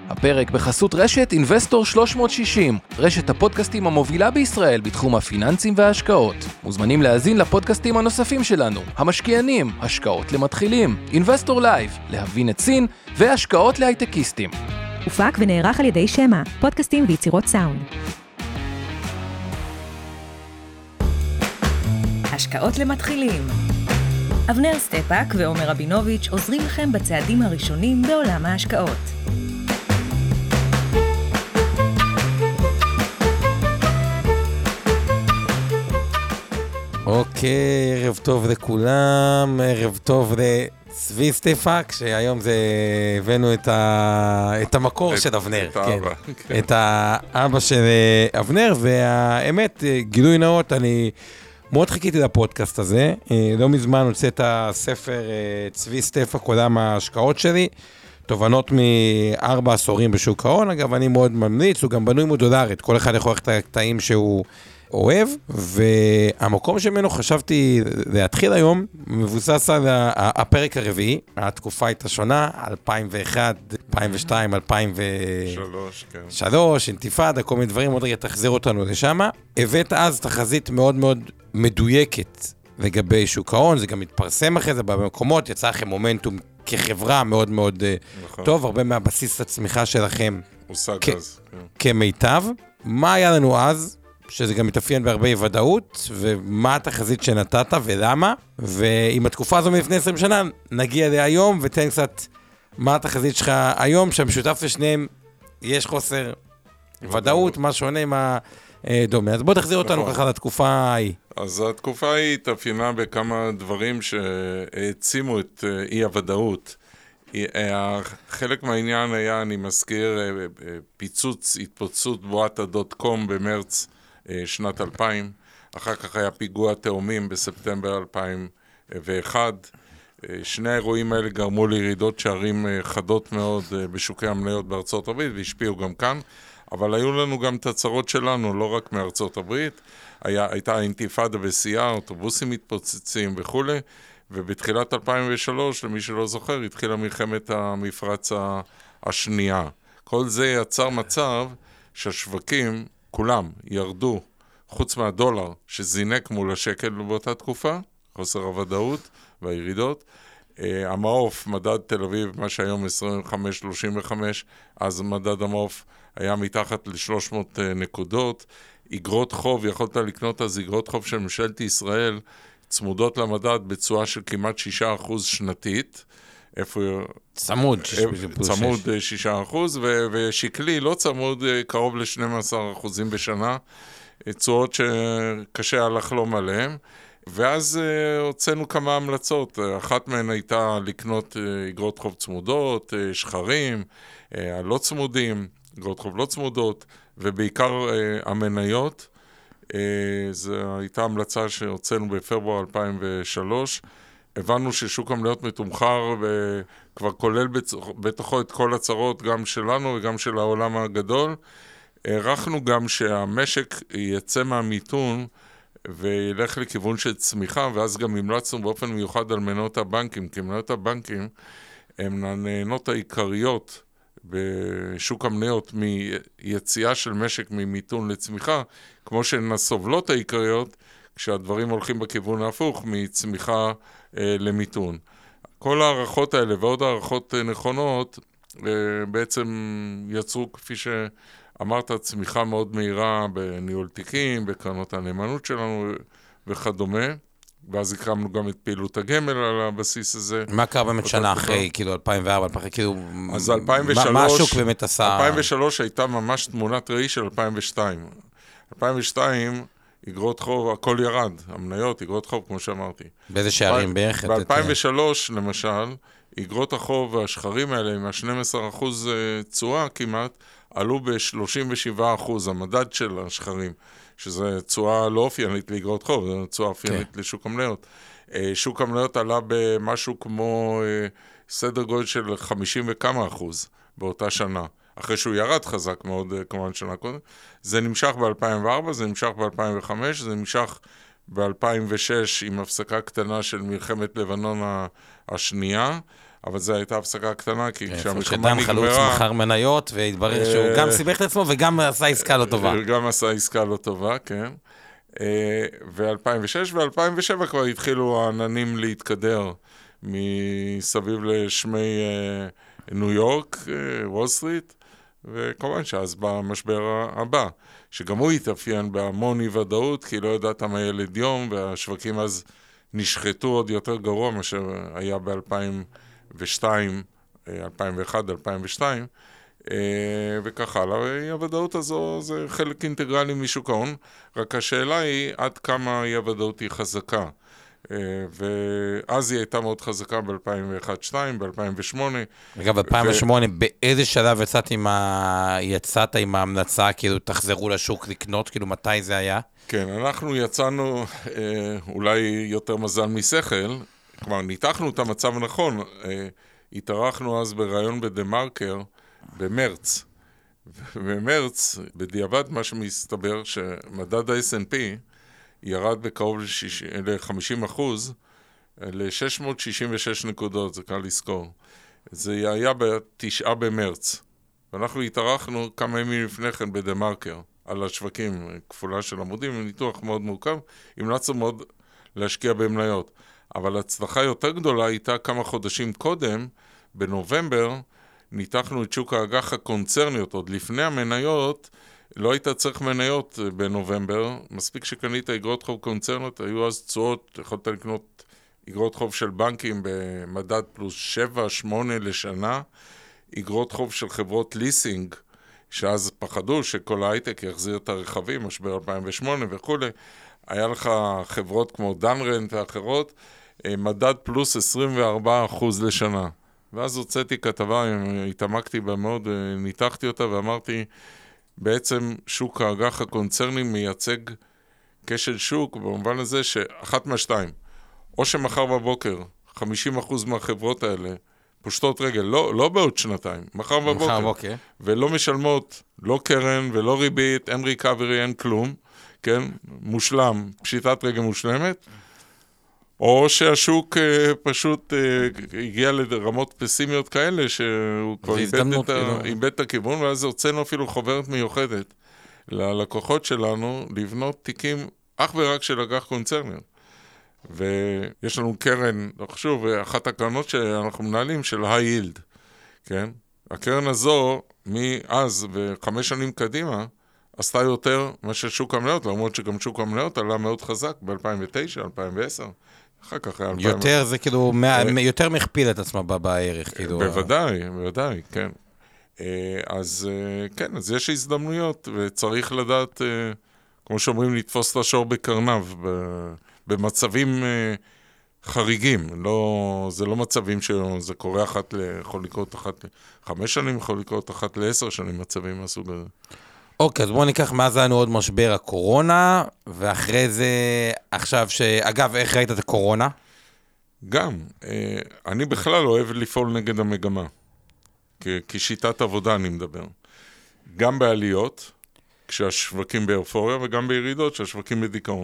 הפרק בחסות רשת Investor 360, רשת הפודקאסטים המובילה בישראל בתחום הפיננסים וההשקעות. מוזמנים להאזין לפודקאסטים הנוספים שלנו, המשקיענים, השקעות למתחילים, Investor Live, להבין את סין והשקעות להייטקיסטים. הופק ונערך על ידי שמה, פודקאסטים ויצירות סאונד. השקעות למתחילים. אבנר סטפאק ועומר רבינוביץ' עוזרים לכם בצעדים הראשונים בעולם ההשקעות. אוקיי, ערב טוב לכולם, ערב טוב לצבי סטפאק, שהיום הבאנו את המקור של אבנר, את האבא של אבנר, והאמת, גילוי נאות, אני מאוד חיכיתי לפודקאסט הזה, לא מזמן הוצא את הספר צבי סטפאק, עולם ההשקעות שלי, תובנות מ4 עשורים בשוק ההון, אגב, אני מאוד ממליץ, הוא גם בנוי מודולרית, כל אחד יכול ללכת לקטעים שהוא אוהב, והמקום שממנו חשבתי להתחיל היום, מבוסס על הפרק הרביעי, התקופה הייתה שונה, 2001, 2002, 2003, אינתיפאדה, כל מיני דברים, עוד רגע תחזיר אותנו לשם. הבאת אז תחזית מאוד מאוד מדויקת לגבי שוק ההון, זה גם מתפרסם אחרי זה במקומות, יצא לכם מומנטום כחברה מאוד מאוד טוב, הרבה מהבסיס הצמיחה שלכם כמיטב. מה היה לנו אז? שזה גם מתאפיין בהרבה ודאות, ומה התחזית שנתת ולמה, ועם התקופה הזו מלפני 20 שנה, נגיע להיום ותן קצת מה התחזית שלך היום, שהמשותף לשניהם יש חוסר ודאות, מה שונה, מה דומה. אז בוא תחזיר אותנו ככה לתקופה ההיא. אז התקופה ההיא התאפיינה בכמה דברים שהעצימו את אי הוודאות. חלק מהעניין היה, אני מזכיר, התפוצצות בועת .com במרץ שנת 2000, אחר כך היה פיגוע תאומים בספטמבר 2001, שני האירועים האלה גרמו לירידות שערים חדות מאוד בשוקי המניות בארצות הברית, והשפיעו גם כאן, אבל היו לנו גם את הצרות שלנו, לא רק מארצות הברית, הייתה האינתיפאדה בשיאה, אוטובוסים מתפוצצים וכו', ובתחילת 2003, למי שלא זוכר, התחילה מלחמת המפרץ השנייה. כל זה יצר מצב שהשווקים, כולם ירדו, חוץ מהדולר שזינק מול השקל באותה תקופה, חוסר הוודאות והירידות. המעוף, מדד תל אביב, מה שהיום 25-35, אז מדד המעוף היה מתחת ל-300 נקודות. אגרות חוב, יכולת לקנות אז אגרות חוב של ממשלת ישראל, צמודות למדד בצורה של כמעט 6% שנתית. צמוד 6%, ושקלי לא צמוד, קרוב ל-12% בשנה, צורות שקשה היה לחלום עליהן, ואז הוצאנו כמה המלצות, אחת מהן הייתה לקנות אגרות חוב צמודות, שחרים, לא צמודים, אגרות חוב לא צמודות, ובעיקר המניות. זו הייתה המלצה שהוצאנו בפברואר 2003, הבנו ששוק המניות מתומחר וכבר כולל בתוכו את כל הצרות, גם שלנו וגם של העולם הגדול. הערכנו גם שהמשק יצא מהמיתון וילך לכיוון של צמיחה, ואז גם המלצנו באופן מיוחד על מניות הבנקים, כי מניות הבנקים הן הנהנות העיקריות בשוק המניות מיציאה של משק ממיתון לצמיחה, כמו שהן הסובלות העיקריות, כשהדברים הולכים בכיוון ההפוך מצמיחה למיתון. כל הערכות האלה ועוד הערכות נכונות בעצם יצרו, כפי שאמרת, צמיחה מאוד מהירה בניהול תיקים, בקרנות הנאמנות שלנו וכדומה, ואז הקרמנו גם את פעילות הגמל על הבסיס הזה. מה קרה באמת שנה אחרי, כאילו 2004, כאילו, אז 2003, מה השוק באמת עשה? 2003 הייתה ממש תמונת ראי של 2002. 2002, אגרות חוב, הכל ירד, המניות, אגרות חוב, כמו שאמרתי. באיזה שערים בערך? ב-2003, למשל, אגרות החוב והשחרים האלה, עם ה-12% תשואה כמעט, עלו ב-37%, המדד של השחרים, שזה תשואה לא אופיינית לאגרות חוב, זה תשואה אופיינית לשוק המניות. שוק המניות עלה במשהו כמו סדר גודל של 50 וכמה אחוז באותה שנה. אחרי שהוא ירד חזק מאוד, כמובן שנה קודם. זה נמשך ב-2004, זה נמשך ב-2005, זה נמשך ב-2006 עם הפסקה קטנה של מלחמת לבנון השנייה. אבל זו הייתה הפסקה קטנה, כי כשהמלחמה נגמרה... חלוץ מחר מניות, והתברר שהוא גם סיבך את עצמו, וגם עשה עסקה לא טובה. גם עשה עסקה לא טובה, כן. ו-2006 ו-2007 כבר התחילו העננים להתקדר מסביב לשמי ניו יורק, וול סטריט, וכמובן שאז בא המשבר הבא, שגם הוא התאפיין בהמון אי-ודאות, כי לא ידעת מה ילד יום, והשווקים אז נשחטו עוד יותר גרוע מאשר היה ב-2002, 2001, 2002, וכך הלאה. אי-הוודאות הזו זה חלק אינטגרלי משוק ההון, רק השאלה היא עד כמה אי-הוודאות היא חזקה. ואז היא הייתה מאוד חזקה ב-2001-2002, ב-2008. אגב, ב-2008, באיזה שלב יצאת עם ההמלצה, כאילו תחזרו לשוק לקנות, כאילו מתי זה היה? כן, אנחנו יצאנו, אולי יותר מזל משכל, כלומר, ניתחנו את המצב הנכון, התארחנו אז ברעיון בדה-מרקר, במרץ. במרץ, בדיעבד מה שמסתבר, שמדד ה-S&P ירד בקרוב ל-50%, ל-666 נקודות, זה קל לזכור. זה היה ב-9 במרץ. ואנחנו התארחנו כמה ימים לפני כן בדה-מרקר, על השווקים, כפולה של עמודים, ניתוח מאוד מורכב, המלצנו מאוד להשקיע במניות. אבל הצלחה יותר גדולה הייתה כמה חודשים קודם, בנובמבר, ניתחנו את שוק האג"ח הקונצרניות, עוד לפני המניות, לא היית צריך מניות בנובמבר, מספיק שקנית אגרות חוב קונצרניות, היו אז תשואות, יכולת לקנות אגרות חוב של בנקים במדד פלוס 7-8 לשנה, אגרות חוב של חברות ליסינג, שאז פחדו שכל ההייטק יחזיר את הרכבים, משבר 2008 וכו', היה לך חברות כמו דנרנט ואחרות, מדד פלוס 24% לשנה. ואז הוצאתי כתבה, התעמקתי בה מאוד, ניתחתי אותה ואמרתי, בעצם שוק האג"ח הקונצרני מייצג כשל שוק, במובן הזה שאחת מהשתיים, או שמחר בבוקר 50% מהחברות האלה פושטות רגל, לא בעוד שנתיים, מחר בבוקר, ולא משלמות, לא קרן ולא ריבית, אין ריקאברי, אין כלום, כן, מושלם, פשיטת רגל מושלמת, או שהשוק פשוט הגיע לרמות פסימיות כאלה, שהוא כבר איבד את הכיוון, ואז הוצאנו אפילו חוברת מיוחדת ללקוחות שלנו, לבנות תיקים אך ורק של אג"ח קונצרניות. ויש לנו קרן, לא חשוב, אחת הקרנות שאנחנו מנהלים של high yield, כן? הקרן הזו, מאז ו5 שנים קדימה, עשתה יותר מאשר שוק המניות, למרות שגם שוק המניות עלה מאוד חזק ב-2009, 2010, אחר כך היה... יותר זה כאילו, יותר מכפיל את עצמה בערך, כאילו... בוודאי, כן. אז כן, אז יש הזדמנויות, וצריך לדעת, כמו שאומרים, לתפוס את השור בקרניו, במצבים חריגים. זה לא מצבים שזה קורה יכול לקרות אחת ל5 שנים, יכול לקרות אחת ל10 שנים, מצבים מהסוג הזה. אוקיי, אז בואו ניקח מה זה לנו עוד משבר הקורונה, ואחרי זה עכשיו אגב, איך ראית את הקורונה? גם, אני בכלל אוהב לפעול נגד המגמה, כשיטת עבודה אני מדבר. גם בעליות, כשהשווקים באופוריה, וגם בירידות, כשהשווקים בדיכאון.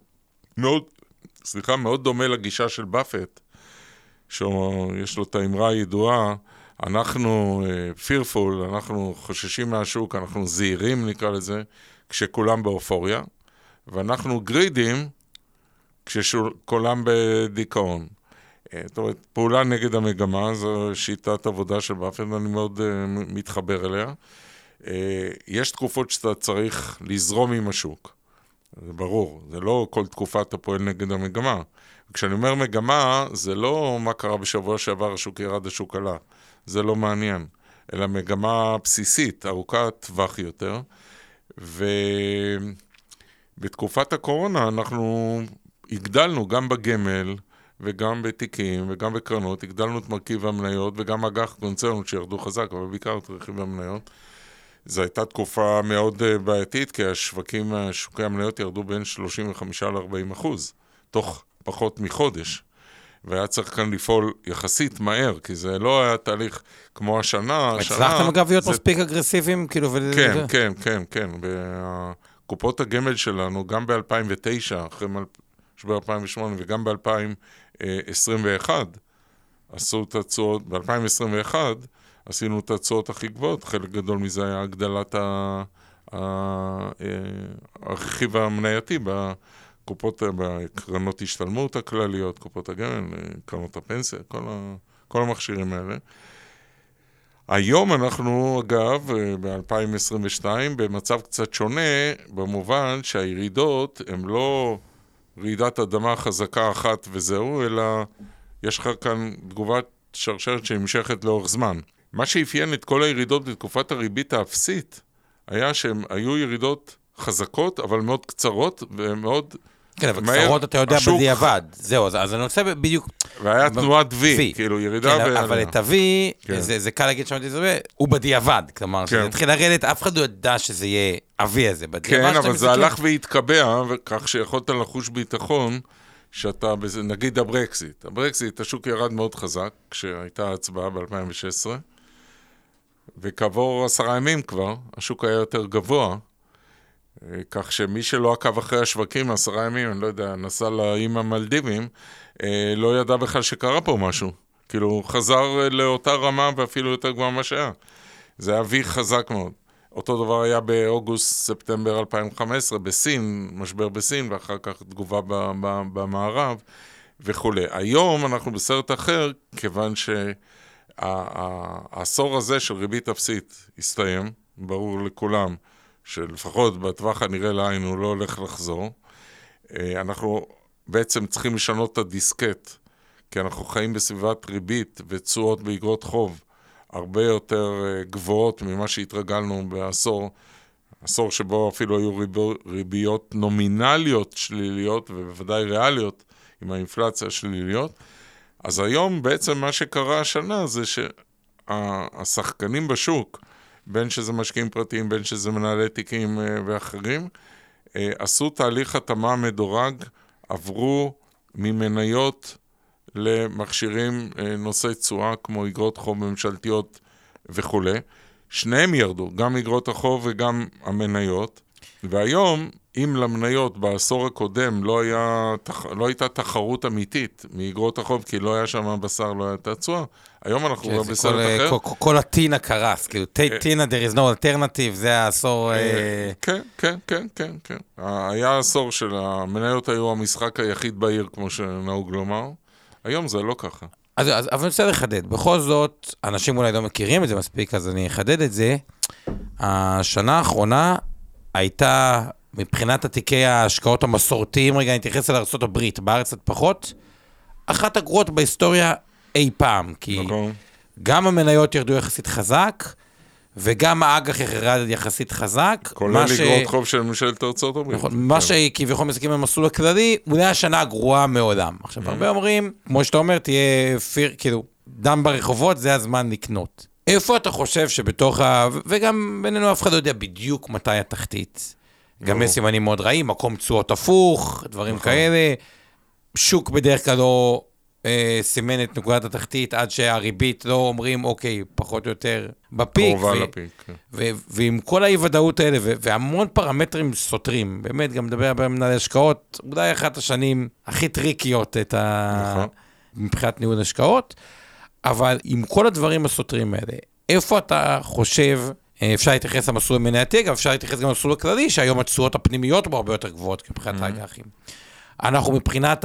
מאוד דומה לגישה של באפט, שיש לו את האמרה הידועה, אנחנו fearful, אנחנו חוששים מהשוק, אנחנו זהירים נקרא לזה, כשכולם באופוריה, ואנחנו גרידים כשכולם בדיכאון. זאת אומרת, פעולה נגד המגמה, זו שיטת עבודה של באפט, ואני מאוד מתחבר אליה. יש תקופות שאתה צריך לזרום עם השוק. זה ברור, זה לא כל תקופה אתה פועל נגד המגמה. כשאני אומר מגמה, זה לא מה קרה בשבוע שעבר, השוק ירד, השוק עלה. זה לא מעניין, אלא מגמה בסיסית, ארוכת טווח יותר. ובתקופת הקורונה אנחנו הגדלנו גם בגמל, וגם בתיקים, וגם בקרנות, הגדלנו את מרכיב המניות, וגם אג"ח קונצרניות שירדו חזק, אבל בעיקר את רכיב המניות. זו הייתה תקופה מאוד בעייתית, כי שוקי המניות ירדו בין 35-40%, תוך פחות מחודש. והיה צריך כאן לפעול יחסית מהר, כי זה לא היה תהליך כמו השנה. הצלחתם אגב להיות מספיק אגרסיביים? כן. בקופות הגמל שלנו, גם ב-2009, אחרי משבר 2008, וגם ב-2021, עשו את התשואות, ב-2021 עשינו את התשואות הכי גבוהות, חלק גדול מזה היה הגדלת הרכיב המנייתי בקופות, בקרנות השתלמות הכלליות, קופות הגמל, קרנות הפנסיה, כל המכשירים האלה. היום אנחנו, אגב, ב-2022, במצב קצת שונה, במובן שהירידות הן לא רעידת אדמה חזקה אחת וזהו, אלא יש לך כאן תגובת שרשרת שנמשכת לאורך זמן. מה שאפיין את כל הירידות בתקופת הריבית האפסית, היה שהן היו ירידות חזקות, אבל מאוד קצרות, ומאוד כן, אבל קצרות אתה יודע בדיעבד. זהו, אז אני רוצה בדיוק... והיה תנועת V, כאילו ירידה... כן, אבל את ה-V, זה קל להגיד שמעתי את זה, הוא בדיעבד. כלומר, שזה התחיל לרדת, אף אחד לא ידע שזה יהיה ה-V הזה. כן, אבל זה הלך והתקבע, כך שיכולת לחוש ביטחון, שאתה, נגיד הברקסיט, השוק ירד מאוד חזק, כשהייתה הצבעה ב-2016, וכעבור 10 ימים כבר, השוק היה יותר גבוה, כך שמי שלא עקב אחרי השווקים 10 ימים, אני לא יודע, נסע לאיים המלדיבים, לא ידע בכלל שקרה פה משהו. כאילו, חזר לאותה רמה ואפילו יותר גבוה מה שהיה. זה היה וי חזק מאוד. אותו דבר היה באוגוסט-ספטמבר 2015, בסין, משבר בסין, ואחר כך תגובה במערב וכו'. היום אנחנו בסרט אחר, כיוון שהעשור הזה של ריבית אפסית הסתיים, ברור לכולם, שלפחות בטווח הנראה לעין הוא לא הולך לחזור. אנחנו בעצם צריכים לשנות את הדיסקט, כי אנחנו חיים בסביבת ריבית ותשואות באגרות חוב הרבה יותר גבוהות ממה שהתרגלנו בעשור, עשור שבו אפילו היו ריביות נומינליות שליליות ובוודאי ריאליות עם האינפלציה שליליות. אז היום בעצם מה שקרה השנה זה שהשחקנים בשוק, בין שזה משקיעים פרטיים, בין שזה מנהלי תיקים ואחרים, עשו תהליך התאמה מדורג, עברו ממניות למכשירים נושאי תשואה, כמו אגרות חוב ממשלתיות וכו'. שניהם ירדו, גם אגרות החוב וגם המניות, והיום, אם למניות בעשור הקודם לא הייתה תחרות אמיתית מאגרות החוב, כי לא היה שם בשר, לא הייתה תשואה, היום אנחנו כבר בסרט אחר. כל הטינה קרס, כאילו, טינה, there is no alternative, זה העשור... כן. היה עשור של המניות היו המשחק היחיד בעיר, כמו שנהוג לומר. היום זה לא ככה. אבל אני רוצה לחדד. בכל זאת, אנשים אולי לא מכירים את זה מספיק, אז אני אחדד את זה. השנה האחרונה הייתה, מבחינת עתיקי ההשקעות המסורתיים, רגע, אני אתייחס על ארצות הברית, בארץ קצת פחות, אחת הגרועות בהיסטוריה אי פעם, כי גם המניות ירדו יחסית חזק, וגם האג"ח ירד יחסית חזק. כולל אגרות חוב של ממשלת ארצות הברית. נכון, מה שכביכול מסכים במסלול הכללי, אולי השנה הגרועה מעולם. עכשיו, הרבה אומרים, כמו שאתה אומר, תהיה כאילו, דם ברחובות, זה הזמן לקנות. איפה אתה חושב שבתוך וגם בינינו אף אחד לא יודע בדיוק מתי התחתית. גם יש סימנים מאוד רעים, מקום תשואות הפוך, דברים כאלה. שוק בדרך כלל לא סימן את נקודת התחתית, עד שהריבית לא אומרים, אוקיי, פחות או יותר בפיק. ועם כל האי-ודאות האלה, והמון פרמטרים סותרים, באמת, גם מדבר במנהל השקעות, אולי אחת השנים הכי טריקיות מבחינת ניהול השקעות, אבל עם כל הדברים הסותרים האלה, איפה אתה חושב, אפשר להתייחס למסלול המנייתי, גם אפשר להתייחס גם למסלול הכללי, שהיום התשואות הפנימיות בו הרבה יותר גבוהות, מבחינת האג"חים. אנחנו מבחינת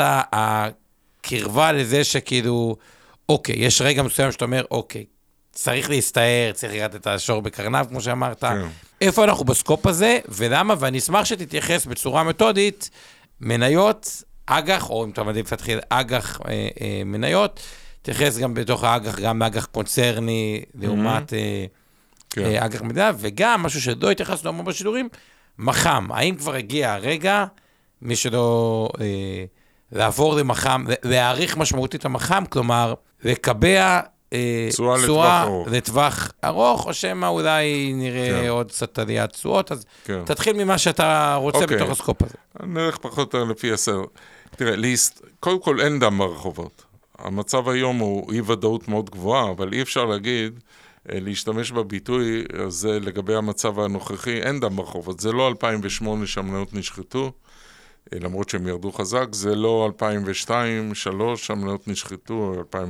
הקרבה לזה שכאילו, אוקיי, יש רגע מסוים שאתה אומר, אוקיי, צריך להסתער, צריך לראות את השור בקרנב, כמו שאמרת. איפה אנחנו בסקופ הזה, ולמה? ואני אשמח שתתייחס בצורה מתודית, מניות, אג"ח, או אם אתה מעדיף להתחיל אג"ח מניות, תתייחס גם בתוך האג"ח, גם באג"ח קונצרני, לעומת אג"ח מדינה, וגם משהו שלא התייחסנו המון בשידורים, מח"מ. האם כבר הגיע הרגע, מי שלא לעבור למח"מ, להעריך משמעותית המח"מ, כלומר, לקבע תשואה לטווח ארוך, או שמה אולי נראה עוד קצת עליית תשואות, אז תתחיל ממה שאתה רוצה בתוך הסקופ הזה. נלך פחות או יותר לפי הסר. תראה, קודם כל אין דם ברחובות. המצב היום הוא אי ודאות מאוד גבוהה, אבל אי אפשר להגיד, להשתמש בביטוי הזה לגבי המצב הנוכחי, אין דם ברחובות. זה לא 2008 שהמניות נשחטו, למרות שהם ירדו חזק, זה לא 2002-2003, המניות נשחטו,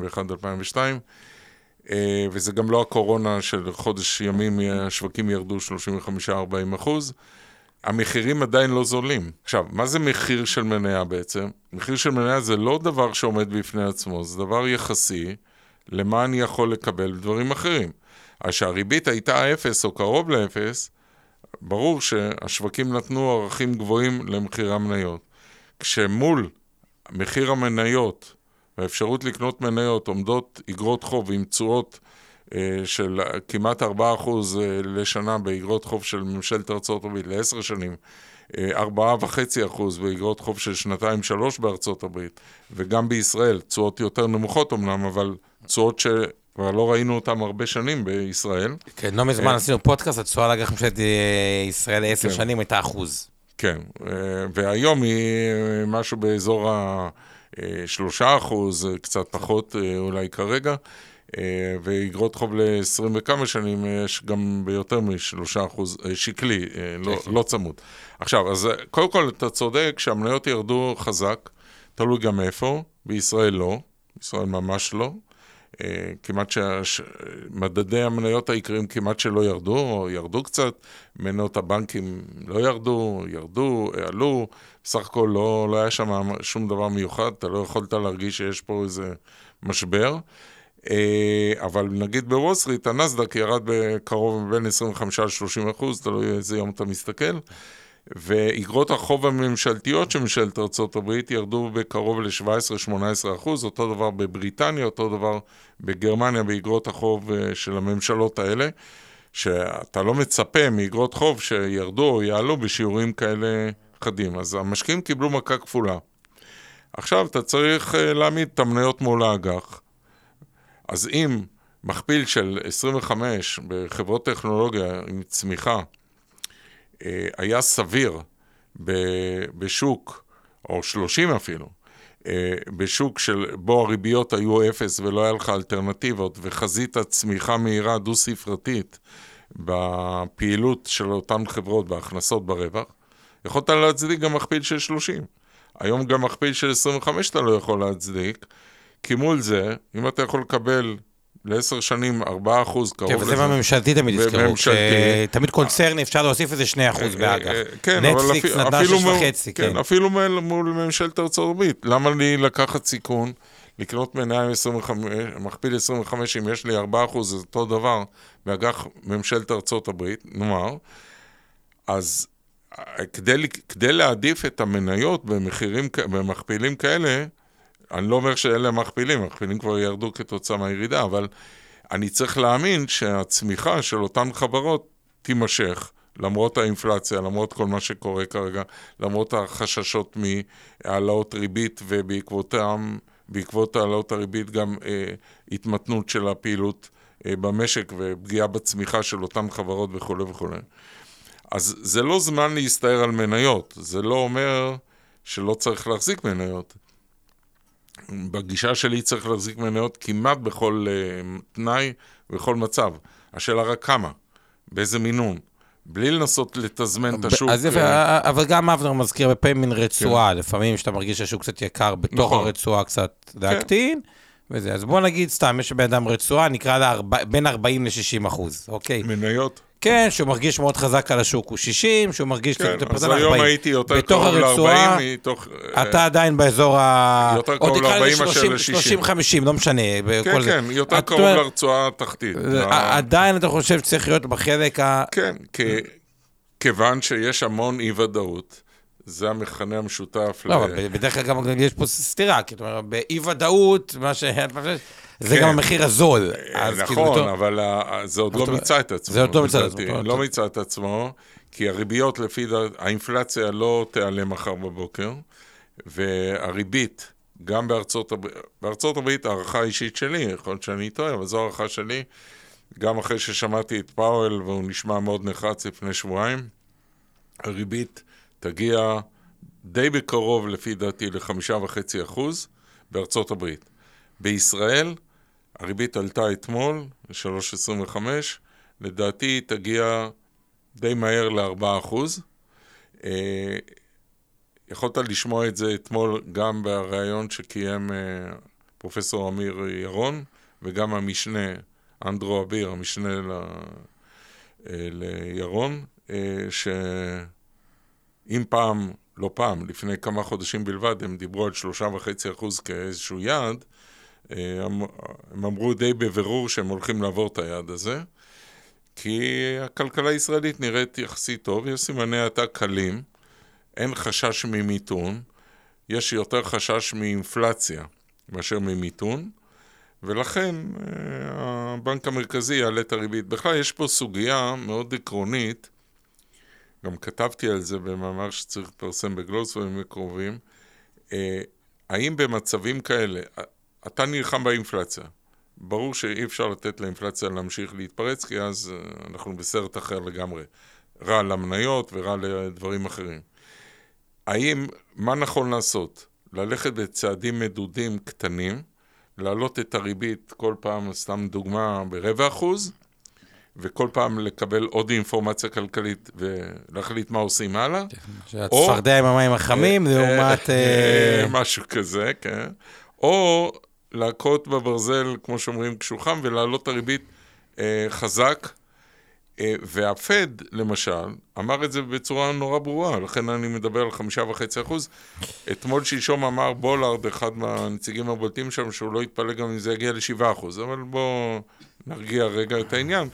2001-2002, וזה גם לא הקורונה של חודש ימים, השווקים ירדו 35-40%. המחירים עדיין לא זולים. עכשיו, מה זה מחיר של מניה בעצם? מחיר של מניה זה לא דבר שעומד בפני עצמו, זה דבר יחסי למה אני יכול לקבל בדברים אחרים. אז שהריבית הייתה 0 או קרוב ל-0, ברור שהשווקים נתנו ערכים גבוהים למחיר המניות. כשמול מחיר המניות והאפשרות לקנות מניות עומדות אגרות חוב עם תשואות של כמעט 4% לשנה באגרות חוב של ממשלת ארצות הברית ל10 שנים, 4.5% באגרות חוב של 2-3 בארצות הברית, וגם בישראל, תשואות יותר נמוכות אמנם, אבל תשואות כבר לא ראינו אותם הרבה שנים בישראל. כן, לא מזמן עשינו פודקאסט, התשואה לאג"ח ממשלת ישראל ל10 שנים הייתה 1%. כן, והיום היא משהו באזור 3%, קצת פחות אולי כרגע, ואגרות חוב ל-20 וכמה שנים יש גם ביותר מ3% שקלי, לא צמוד. עכשיו, אז קודם כל אתה צודק שהמניות ירדו חזק, תלוי גם איפה, בישראל לא, בישראל ממש לא, כמעט שמדדי המניות העיקריים כמעט שלא ירדו, או ירדו קצת, מניות הבנקים לא ירדו, עלו, בסך הכל לא היה שם שום דבר מיוחד, אתה לא יכולת להרגיש שיש פה איזה משבר, אבל נגיד בוול סטריט, הנסדק ירד בקרוב בין 25-30%, תלוי איזה יום אתה מסתכל, ואגרות החוב הממשלתיות של ממשלת ארצות הברית ירדו בקרוב ל-17-18%, אותו דבר בבריטניה, אותו דבר בגרמניה, באגרות החוב של הממשלות האלה, שאתה לא מצפה מאגרות חוב שירדו או יעלו בשיעורים כאלה חדים. אז המשקיעים קיבלו מכה כפולה. עכשיו אתה צריך להעמיד את המניות מול האג"ח. אז אם מכפיל של 25 בחברות טכנולוגיה עם צמיחה, היה סביר בשוק, או 30 אפילו, בשוק בו הריביות היו 0 ולא היה לך אלטרנטיבות, וחזית הצמיחה מהירה דו-ספרתית בפעילות של אותן חברות, בהכנסות ברווח, יכולת להצדיק גם מכפיל של 30. היום גם מכפיל של 25 אתה לא יכול להצדיק, כי מול זה, אם אתה יכול לקבל ל10 שנים 4% קרוב לזה. כן, וזה בממשלתי תמיד הזכרו. תמיד קונצרני אפשר להוסיף איזה 2% באג"ח. נטפליקס נתנה 6.5. כן, אפילו מול ממשלת ארצות הברית. למה לי לקחת סיכון, לקנות מניה מכפיל 25, אם יש לי 4%, זה אותו דבר, באג"ח ממשלת ארצות הברית, נאמר, אז כדי להעדיף את המניות במכפילים כאלה, אני לא אומר שאלה מכפילים כבר ירדו כתוצאה מהירידה, אבל אני צריך להאמין שהצמיחה של אותן חברות תימשך, למרות האינפלציה, למרות כל מה שקורה כרגע, למרות החששות מהעלאות ריבית, ובעקבות העלאות הריבית גם התמתנות של הפעילות במשק, ופגיעה בצמיחה של אותן חברות וכו' וכו'. אז זה לא זמן להסתער על מניות, זה לא אומר שלא צריך להחזיק מניות. בגישה שלי צריך להחזיק מניות כמעט בכל תנאי ובכל מצב. השאלה רק כמה, באיזה מינון, בלי לנסות לתזמן את השוק. אבל גם אבנר מזכיר בפעמים מן רצועה, לפעמים שאתה מרגיש שהשוק קצת יקר, בתוך הרצועה קצת להקטין, וזה. אז בוא נגיד סתם, יש באדם רצועה, נקרא לה בין 40-60%, אוקיי? מניות? כן, שהוא מרגיש מאוד חזק על השוק, הוא 60, שהוא מרגיש כן, אז היום הייתי יותר קרוב ל-40 מתוך... אתה עדיין באזור ה... יותר קרוב ל-40 מאשר ל-60. 30-50, לא משנה. כן, כן, יותר קרוב לרצועה התחתית. עדיין אתה חושב שצריך להיות בחלק ה... כן, כיוון שיש המון אי-ודאות, זה המכנה המשותף. לא, אבל בדרך כלל גם יש פה סתירה, כי זאת אומרת, באי-ודאות, מה זה גם המחיר הזול. נכון, אבל זה עוד לא מיצה את עצמו. זה עוד לא מיצה את עצמו. לא מיצה את עצמו, כי הריביות לפי האינפלציה לא תעלה מחר בבוקר, והריבית, גם בארצות הברית, הערכה אישית שלי, יכול להיות שאני טועה, אבל זו הערכה שלי, גם אחרי ששמעתי את פאוול, והוא נשמע מאוד נחרץ לפני שבועיים, הריבית תגיע די בקרוב, לפי דעתי, ל5.5% בארצות הברית. בישראל, הריבית עלתה אתמול, ל-3.25, לדעתי תגיע די מהר ל4%. יכולת לשמוע את זה אתמול גם בריאיון שקיים פרופסור אמיר ירון, וגם המשנה, אנדרו אביר, המשנה לירון, שאם פעם, לא פעם, לפני כמה חודשים בלבד, הם דיברו על 3.5% כאיזשהו יעד, הם אמרו די בבירור שהם הולכים לעבור את היעד הזה, כי הכלכלה הישראלית נראית יחסית טוב, יש סימני האטה קלים, אין חשש ממיתון, יש יותר חשש מאינפלציה מאשר ממיתון, ולכן הבנק המרכזי יעלה את הריבית. בכלל יש פה סוגיה מאוד עקרונית, גם כתבתי על זה במאמר שצריך לפרסם בגלובס בימים הקרובים, האם במצבים כאלה, אתה נלחם באינפלציה, ברור שאי אפשר לתת לאינפלציה להמשיך להתפרץ, כי אז אנחנו בסרט אחר לגמרי, רע למניות ורע לדברים אחרים. האם, מה נכון לעשות? ללכת בצעדים מדודים קטנים, להעלות את הריבית כל פעם, סתם דוגמה, ב0.25%, וכל פעם לקבל עוד אינפורמציה כלכלית ולהחליט מה עושים הלאה. שהצפרדע עם המים החמים, לעומת... משהו כזה, כן. או להכות בברזל, כמו שאומרים, קשוחם, ולהעלות את הריבית חזק. והפד, למשל, אמר את זה בצורה נורא ברורה, לכן אני מדבר על 5.5%. אתמול שלשום אמר בולארד, אחד מהנציגים הבולטים שם, שהוא לא יתפלא גם אם זה יגיע ל7%, אבל בואו נרגיע רגע את העניין.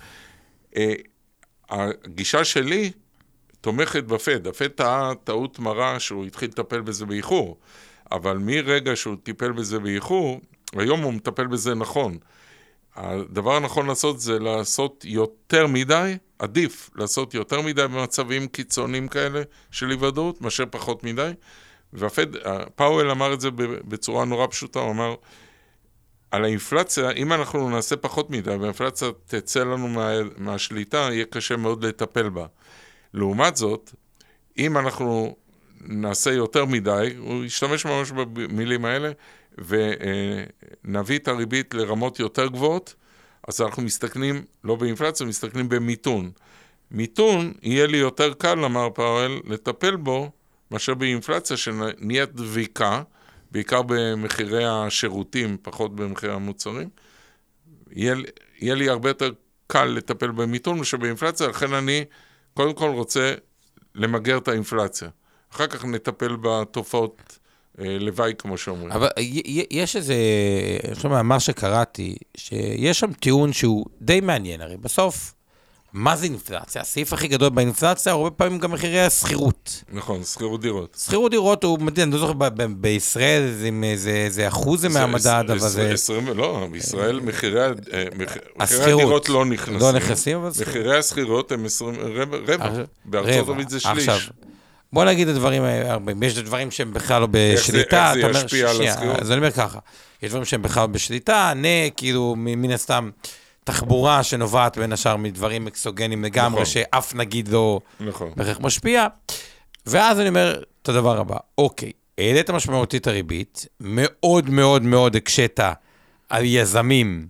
הגישה שלי תומכת בפד. הפד טעות מרה שהוא התחיל לטפל בזה באיחור, אבל מרגע שהוא טיפל בזה באיחור, היום הוא מטפל בזה נכון. הדבר הנכון לעשות זה לעשות יותר מדי, עדיף לעשות יותר מדי במצבים קיצוניים כאלה של היוודעות, מאשר פחות מדי. פאוול אמר את זה בצורה נורא פשוטה, הוא אמר, על האינפלציה, אם אנחנו נעשה פחות מדי, והאינפלציה תצא לנו מהשליטה, יהיה קשה מאוד לטפל בה. לעומת זאת, אם אנחנו נעשה יותר מדי, הוא ישתמש ממש במילים האלה, ונביא את הריבית לרמות יותר גבוהות, אז אנחנו מסתכנים, לא באינפלציה, מסתכנים במיתון. מיתון יהיה לי יותר קל, אמר פאוול, לטפל בו, מאשר באינפלציה שנהיית דביקה, בעיקר במחירי השירותים, פחות במחירי המוצרים. יהיה לי הרבה יותר קל לטפל במיתון מאשר באינפלציה, לכן אני קודם כל רוצה למגר את האינפלציה. אחר כך נטפל בתופעות לוואי, כמו שאומרים. אבל יש איזה, אני חושב מה שקראתי, שיש שם טיעון שהוא די מעניין, הרי בסוף, מה זה אינפלציה? הסעיף הכי גדול באינפלציה, הרבה פעמים גם מחירי הסחירות. נכון, סחירות דירות. סחירות דירות הוא מדהים, אני לא זוכר, בישראל זה אחוז מהמדד, אבל זה... לא, בישראל מחירי הדירות לא נכנסים. לא נכנסים, אבל... מחירי הסחירות הם רבע. בארצות הברית זה שליש. עכשיו, בוא נגיד את הדברים הרבה. יש דברים שהם בכלל לא בשליטה. איך זה ישפיע על הסחירות? אז אני אומר ככה, יש דברים שהם בכלל בשליטה, כאילו מן הסתם תחבורה שנובעת בין השאר מדברים אקסוגנים לגמרי, שאף נגיד לא בכך משפיע. ואז אני אומר את הדבר הבא, אוקיי, העלית משמעותית הריבית, מאוד מאוד מאוד הקשת על יזמים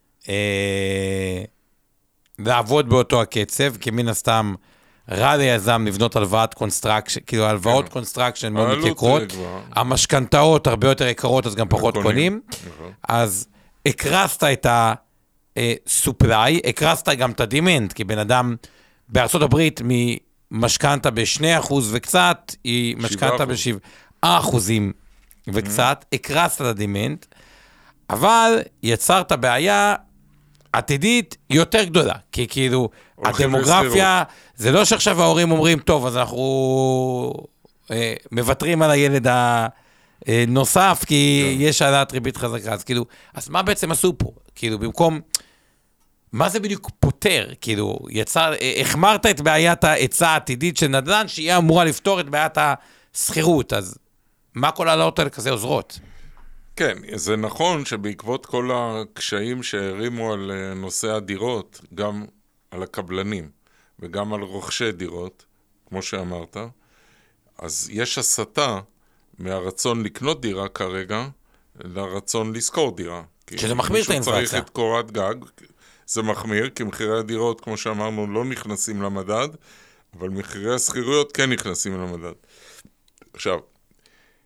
לעבוד באותו הקצב, כי מן הסתם רע ליזם לבנות הלוואות קונסטרקשן, כאילו הלוואות קונסטרקשן מאוד מתייקרות, המשכנתאות הרבה יותר יקרות, אז גם פחות קונים, אז הקרסת את הסופליי, הקרסת גם את הדימנט, כי בן אדם בארצות הברית משכנתה ב2% וקצת, היא משכנתה ב7% וקצת, הקרסת את הדימנט, אבל יצרת בעיה עתידית יותר גדולה, כי כאילו הדמוגרפיה, זה לא שעכשיו ההורים אומרים, טוב, אז אנחנו מוותרים על הילד הנוסף, כי יש העלאת ריבית חזקה, אז כאילו, אז מה בעצם עשו פה? כאילו, במקום, מה זה בדיוק פותר? כאילו, החמרת את בעיית ההיצע העתידית של נדל"ן, שהיא אמורה לפתור את בעיית הסחירות, אז מה כל העלאות האלה כזה עוזרות? כן, זה נכון שבעקבות כל הקשיים שהרימו על נושא הדירות, גם על הקבלנים וגם על רוכשי דירות, כמו שאמרת, אז יש הסתה מהרצון לקנות דירה כרגע, לרצון לשכור דירה. שזה מחמיר את האינפלציה. צריך את קורת גג, זה מחמיר, כי מחירי הדירות, כמו שאמרנו, לא נכנסים למדד, אבל מחירי הסחירויות כן נכנסים למדד. עכשיו,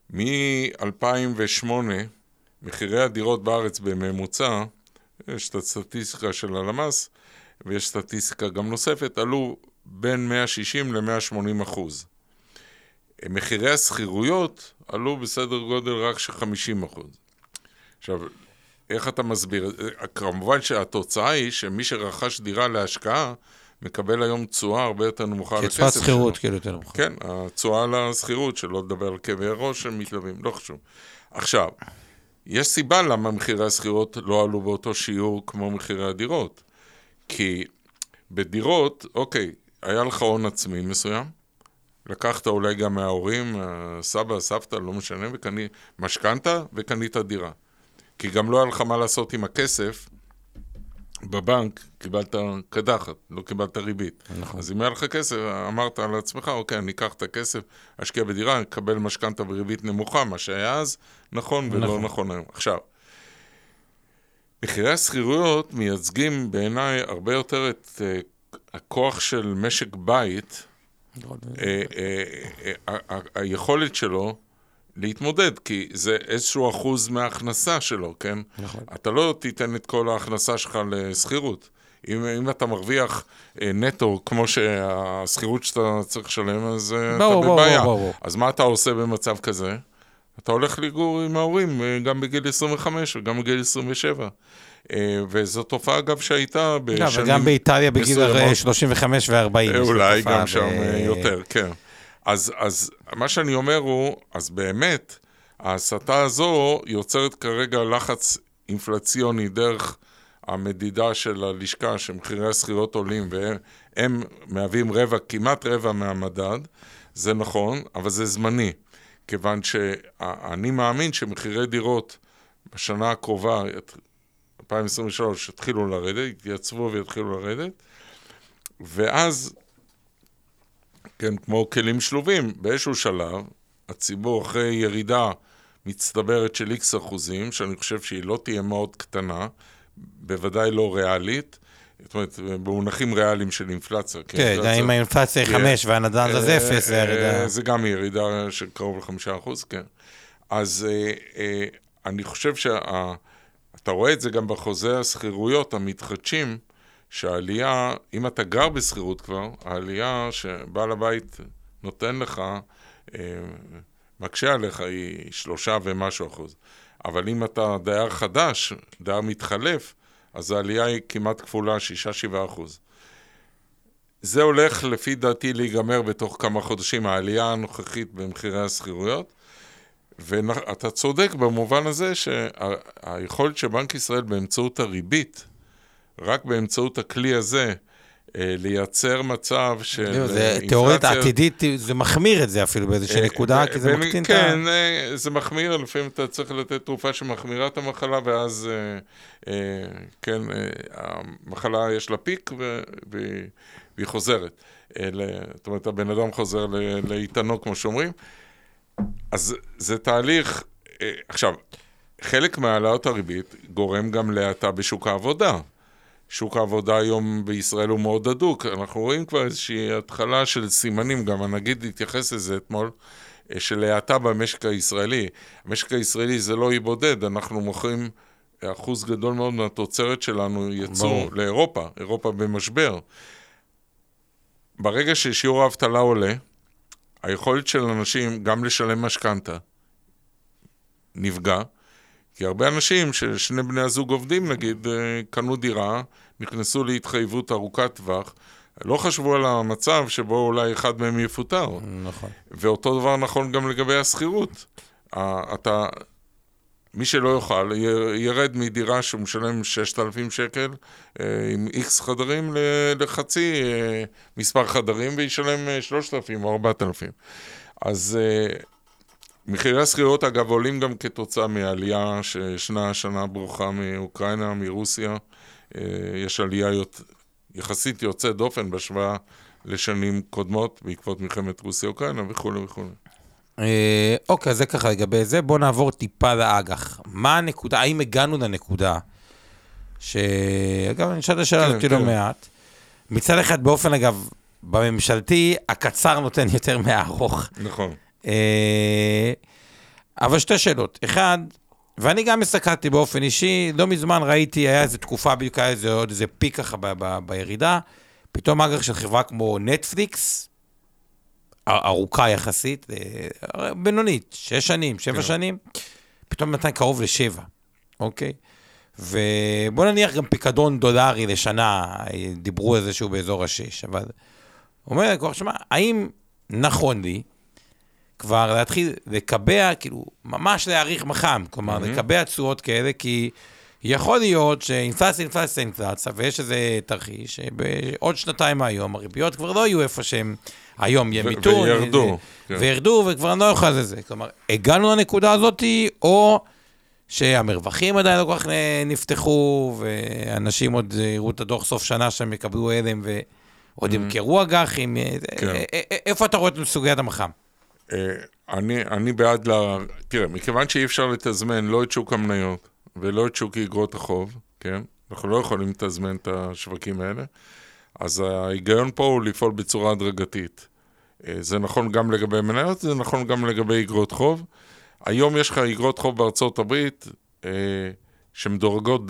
מ-2008, מחירי הדירות בארץ בממוצע, יש את הסטטיסטיקה של הלמ"ס, ויש סטטיסטיקה גם נוספת, עלו בין 160 ל-180%. מחירי הסחירויות עלו בסדר גודל רק של 50%. עכשיו, איך אתה מסביר? כמובן שהתוצאה היא שמי שרכש דירה להשקעה, מקבל היום תשואה הרבה יותר נמוכה לכסף שלו. קצבת סחירות כאילו יותר נמוכה. כן, התשואה לסחירות, שלא לדבר על כאבי ראש שמתלווים, לא חשוב. עכשיו, יש סיבה למה מחירי הסחירות לא עלו באותו שיעור כמו מחירי הדירות. כי בדירות, אוקיי, היה לך הון עצמי מסוים, לקחת אולי גם מההורים, סבא, סבתא, לא משנה, משכנת וקנית דירה. כי גם לא היה לך מה לעשות עם הכסף, בבנק קיבלת קדחת, לא קיבלת ריבית. נכון. אז אם היה לך כסף, אמרת על עצמך, אוקיי, אני אקח את הכסף, אשקיע בדירה, אקבל משכנתה בריבית נמוכה, מה שהיה אז נכון ולא נכון היום. עכשיו, מחירי הסחירויות מייצגים בעיניי הרבה יותר את הכוח של משק בית, היכולת שלו להתמודד, כי זה איזשהו אחוז מההכנסה שלו, כן? נכון. אתה לא תיתן את כל ההכנסה שלך לסחירות. אם אתה מרוויח נטו, כמו שהסחירות שאתה צריך לשלם, אז אתה בבעיה. אז מה אתה עושה במצב כזה? אתה הולך לגור עם ההורים, גם בגיל 25 וגם בגיל 27. וזו תופעה, אגב, שהייתה בשנים... וגם באיטליה בגיל 35 ו-40. אולי גם שם יותר, כן. אז מה שאני אומר הוא, אז באמת, ההסתה הזו יוצרת כרגע לחץ אינפלציוני דרך המדידה של הלשכה, שמחירי הסחירות עולים, והם מהווים כמעט רבע מהמדד, זה נכון, אבל זה זמני, כיוון שאני מאמין שמחירי דירות בשנה הקרובה, 2023, יתחילו לרדת, יתייצבו ויתחילו לרדת, ואז... כן, כמו כלים שלובים, באיזשהו שלב, הציבור אחרי ירידה מצטברת של X אחוזים, שאני חושב שהיא לא תהיה מאוד קטנה, בוודאי לא ריאלית, זאת אומרת, במונחים ריאליים של אינפלציה. כן, אם האינפלציה היא 5 והנדל"ן זה 0, זה ירידה. זה גם ירידה של קרוב ל5%, כן. אז אני חושב אתה רואה את זה גם בחוזה הסחירויות המתחדשים, שהעלייה, אם אתה גר בסחירות כבר, העלייה שבעל הבית נותן לך, מקשה עליך, היא 3 ומשהו אחוז. אבל אם אתה דייר חדש, דייר מתחלף, אז העלייה היא כמעט כפולה, 6-7%. זה הולך לפי דעתי להיגמר בתוך כמה חודשים, העלייה הנוכחית במחירי הסחירויות, ואתה צודק במובן הזה שהיכולת שבנק ישראל באמצעות הריבית, רק באמצעות הכלי הזה, לייצר מצב של... זה תיאורית עתידית, זה מחמיר את זה אפילו באיזושהי נקודה, כי זה מקטין את ה... כן, זה מחמיר, לפעמים אתה צריך לתת תרופה שמחמירה את המחלה, ואז, כן, המחלה יש לה פיק, והיא חוזרת. זאת אומרת, הבן אדם חוזר לאיתנו, כמו שאומרים. אז זה תהליך... עכשיו, חלק מהעלאות הריבית גורם גם להאטה בשוק העבודה. שוק העבודה היום בישראל הוא מאוד הדוק. אנחנו רואים כבר איזושהי התחלה של סימנים, גם הנגיד התייחס לזה אתמול, של האטה במשק הישראלי. המשק הישראלי זה לא יבודד, אנחנו מוכרים אחוז גדול מאוד מהתוצרת שלנו יצאו לאירופה, אירופה במשבר. ברגע ששיעור האבטלה עולה, היכולת של אנשים גם לשלם משכנתה נפגע, כי הרבה אנשים ששני בני הזוג עובדים, נגיד, קנו דירה, נכנסו להתחייבות ארוכת טווח, לא חשבו על המצב שבו אולי אחד מהם יפוטר. נכון. ואותו דבר נכון גם לגבי הסחירות. מי שלא יוכל, ירד מדירה שהוא משלם 6,000 שקל, עם X חדרים לחצי מספר חדרים, וישלם 3,000 או 4,000. אז... מחירי הסחירות, אגב, עולים גם כתוצאה מעלייה שישנה שנה ברוכה מאוקראינה, מרוסיה. יש עלייה יחסית יוצאת דופן בהשוואה לשנים קודמות, בעקבות מלחמת רוסיה-אוקראינה וכו' וכו'. אוקיי, זה ככה לגבי זה. בואו נעבור טיפה לאג"ח. מה הנקודה? האם הגענו לנקודה אגב, אני שאלת השאלה הזאת לא מעט. מצד אחד, באופן, אגב, בממשלתי, הקצר נותן יותר מהארוך. נכון. אבל שתי שאלות. אחד, ואני גם הסתכלתי באופן אישי, לא מזמן ראיתי, היה איזו תקופה, בדיוק היה עוד איזה פיק ככה בירידה, פתאום אגר של חברה כמו נטפליקס, ארוכה יחסית, בינונית, 6 שנים, 7 שנים, פתאום נתן קרוב ל7, אוקיי? ובוא נניח גם פיקדון דולרי לשנה, דיברו על זה שהוא באזור ה6, אבל אומר, שמה, האם נכון לי כבר להתחיל לקבע, כאילו, ממש להעריך מחם, כלומר, לקבע צורות כאלה, כי יכול להיות שאינפלציה, ויש איזה תרחיש, שבעוד 2 מהיום, הריביות כבר לא יהיו איפה שהם היום יהיה מיתון, וירדו, וכבר לא יוכל לזה. כלומר, הגענו לנקודה הזאת, או שהמרווחים עדיין לא כל כך נפתחו, ואנשים עוד יראו את הדוח סוף שנה שהם יקבלו הלם, ועוד ימכרו אג"חים. איפה אתה רואה את סוגיית המחם? אני בעד תראה, מכיוון שאי אפשר לתזמן לא את שוק המניות, ולא את שוק איגרות החוב, כן? אנחנו לא יכולים לתזמן את השווקים האלה, אז ההיגיון פה הוא לפעול בצורה הדרגתית. זה נכון גם לגבי מניות, זה נכון גם לגבי איגרות חוב. היום יש לך איגרות חוב בארצות הברית, שמדורגות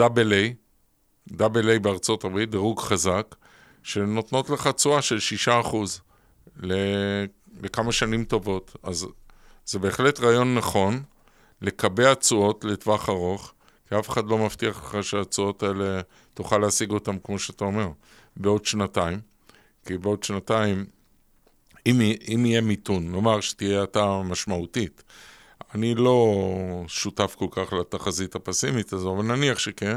AA בארצות הברית, דירוג חזק, שנותנות לך תשואה של 6% לכמה שנים טובות. אז זה בהחלט רעיון נכון, לקבע תשואות לטווח ארוך, כי אף אחד לא מבטיח לך שהתשואות האלה תוכל להשיג אותם, כמו שאתה אומר, בעוד 2. כי בעוד 2, אם יהיה מיתון, נאמר שתהיה אתה משמעותית, אני לא שותף כל כך לתחזית הפסימית הזו, אבל נניח שכן,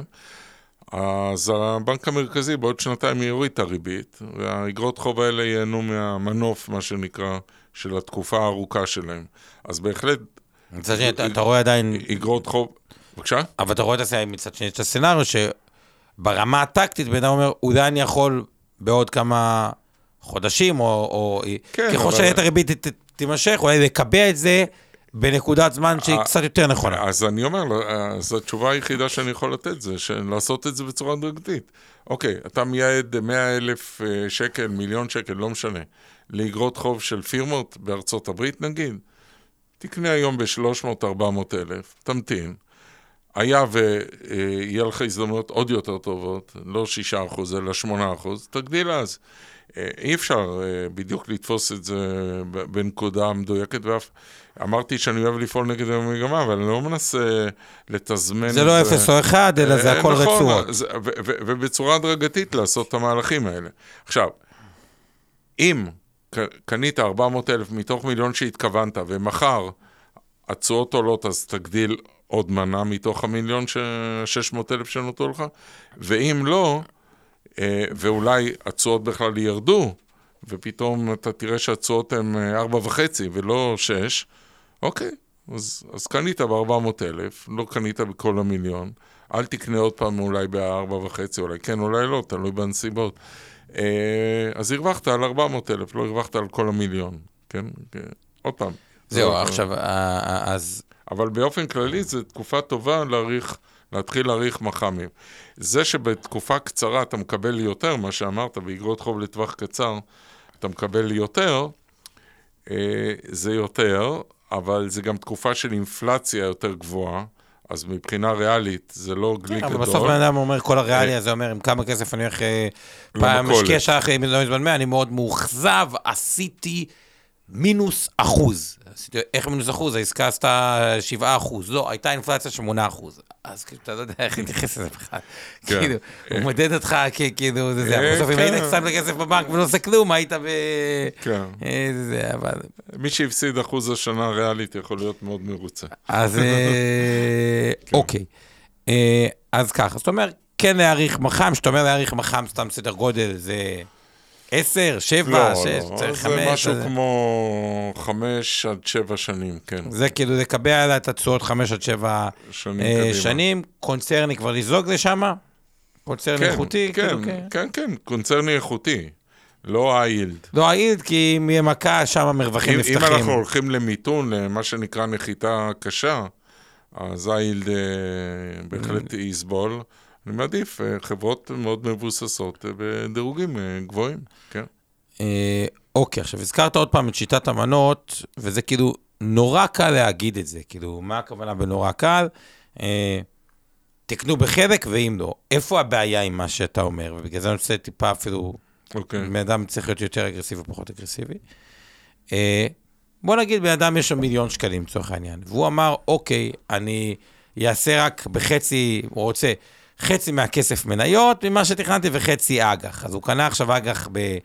אז הבנק המרכזי בעוד 2 יוריד את הריבית, והאיגרות חוב האלה ייהנו מהמנוף, מה שנקרא, של התקופה הארוכה שלהם. אז בהחלט... אתה רואה עדיין... איגרות חוב... בבקשה? אבל אתה רואה מצד שני את הסצנריו, שברמה הטקטית, בן אדם אומר, אולי אני יכול בעוד כמה חודשים, או ככל שאת הריבית תימשך, אולי לקבע את זה בנקודת זמן שהיא קצת יותר נכונה. אז אני אומר, אז התשובה היחידה שאני יכול לתת זה, לעשות את זה בצורה דרגתית. אוקיי, אתה מייעד 100,000 שקל, 1,000,000 שקל, לא משנה, לאגרות חוב של פירמות בארצות הברית, נגיד, תקנה היום ב-300,000-400,000, תמתין, היה ויהיה לך הזדמנות עוד יותר טובות, לא 6%, אלא 8%, תגדיל אז. אי אפשר בדיוק לתפוס את זה בנקודה מדויקת, ואף אמרתי שאני אוהב לפעול נגד המגמה, אבל אני לא מנסה לתזמן. זה לא 0 או 1, אלא זה הכל רצועות. ובצורה הדרגתית לעשות את המהלכים האלה. עכשיו, אם קנית 400,000 מתוך 1,000,000 שהתכוונת, ומחר התשואות עולות, אז תגדיל עוד מנה מתוך 1,600,000 שנותו לך, ואם לא, ואולי התשואות בכלל ירדו, ופתאום אתה תראה שהתשואות הן 4.5 ולא 6, אוקיי, אז קנית ב-400,000, לא קנית בכל 1,000,000, אל תקנה עוד פעם אולי ב-4.5, אולי כן, אולי לא, תלוי בנסיבות. אז הרווחת על 400,000, לא הרווחת על כל 1,000,000, כן? עוד פעם. זהו, עכשיו, אז... אבל באופן כללי זו תקופה טובה להתחיל להעריך מחמים. זה שבתקופה קצרה אתה מקבל יותר, מה שאמרת, באגרות חוב לטווח קצר, אתה מקבל יותר, זה יותר, אבל זה גם תקופה של אינפלציה יותר גבוהה, אז מבחינה ריאלית זה לא גלי גדול. אבל בסוף בן אדם אומר, כל הריאליה, זה אומר, עם כמה כסף אני הולך פעם משקיע שח, אם לא מזמן 100, אני מאוד מאוכזב, עשיתי -1%. איך -1%? העסקה עשתה 7%. לא, הייתה אינפלציה 8%. אז כאילו, אתה לא יודע איך להתייחס לזה בכלל. כאילו, הוא מדד אותך כאילו, זה זה. בסוף אם היית קצת לכסף בבנק ולא עושה כלום, היית ב... כן. זה, אבל... מי שהפסיד 1% השנה ריאלית יכול להיות מאוד מרוצה. אז, אוקיי. אז ככה, זאת אומרת, כן להעריך מחם, שאתה אומר להעריך מחם, סתם סדר גודל, זה... 10, 7, 6, צריך 5. זה משהו כמו 5 עד 7 שנים, כן. זה כאילו לקבע לה את התשואות 5 עד 7 שנים. קונצרני כבר לזלוג לשם? קונצרני איכותי? כן, קונצרני איכותי. לא היילד. לא היילד, כי אם יהיה מכה, שם המרווחים נפתחים. אם אנחנו הולכים למיתון, למה שנקרא נחיתה קשה, אז היילד בהחלט יסבול. אני מעדיף חברות מאוד מבוססות בדירוגים גבוהים, כן. אוקיי, עכשיו הזכרת עוד פעם את שיטת המנות, וזה כאילו נורא קל להגיד את זה, כאילו, מה הכוונה בנורא קל? תקנו בחלק ואם לא. איפה הבעיה עם מה שאתה אומר? ובגלל זה אני רוצה טיפה אפילו, בן אדם צריך להיות יותר אגרסיבי ופחות אגרסיבי. בוא נגיד, בן אדם יש לו 1,000,000 שקלים, צורך העניין, והוא אמר, אוקיי, אני אעשה רק בחצי, הוא רוצה חצי מהכסף מניות, ממה שתכננתי, וחצי אג"ח. אז הוא קנה עכשיו אג"ח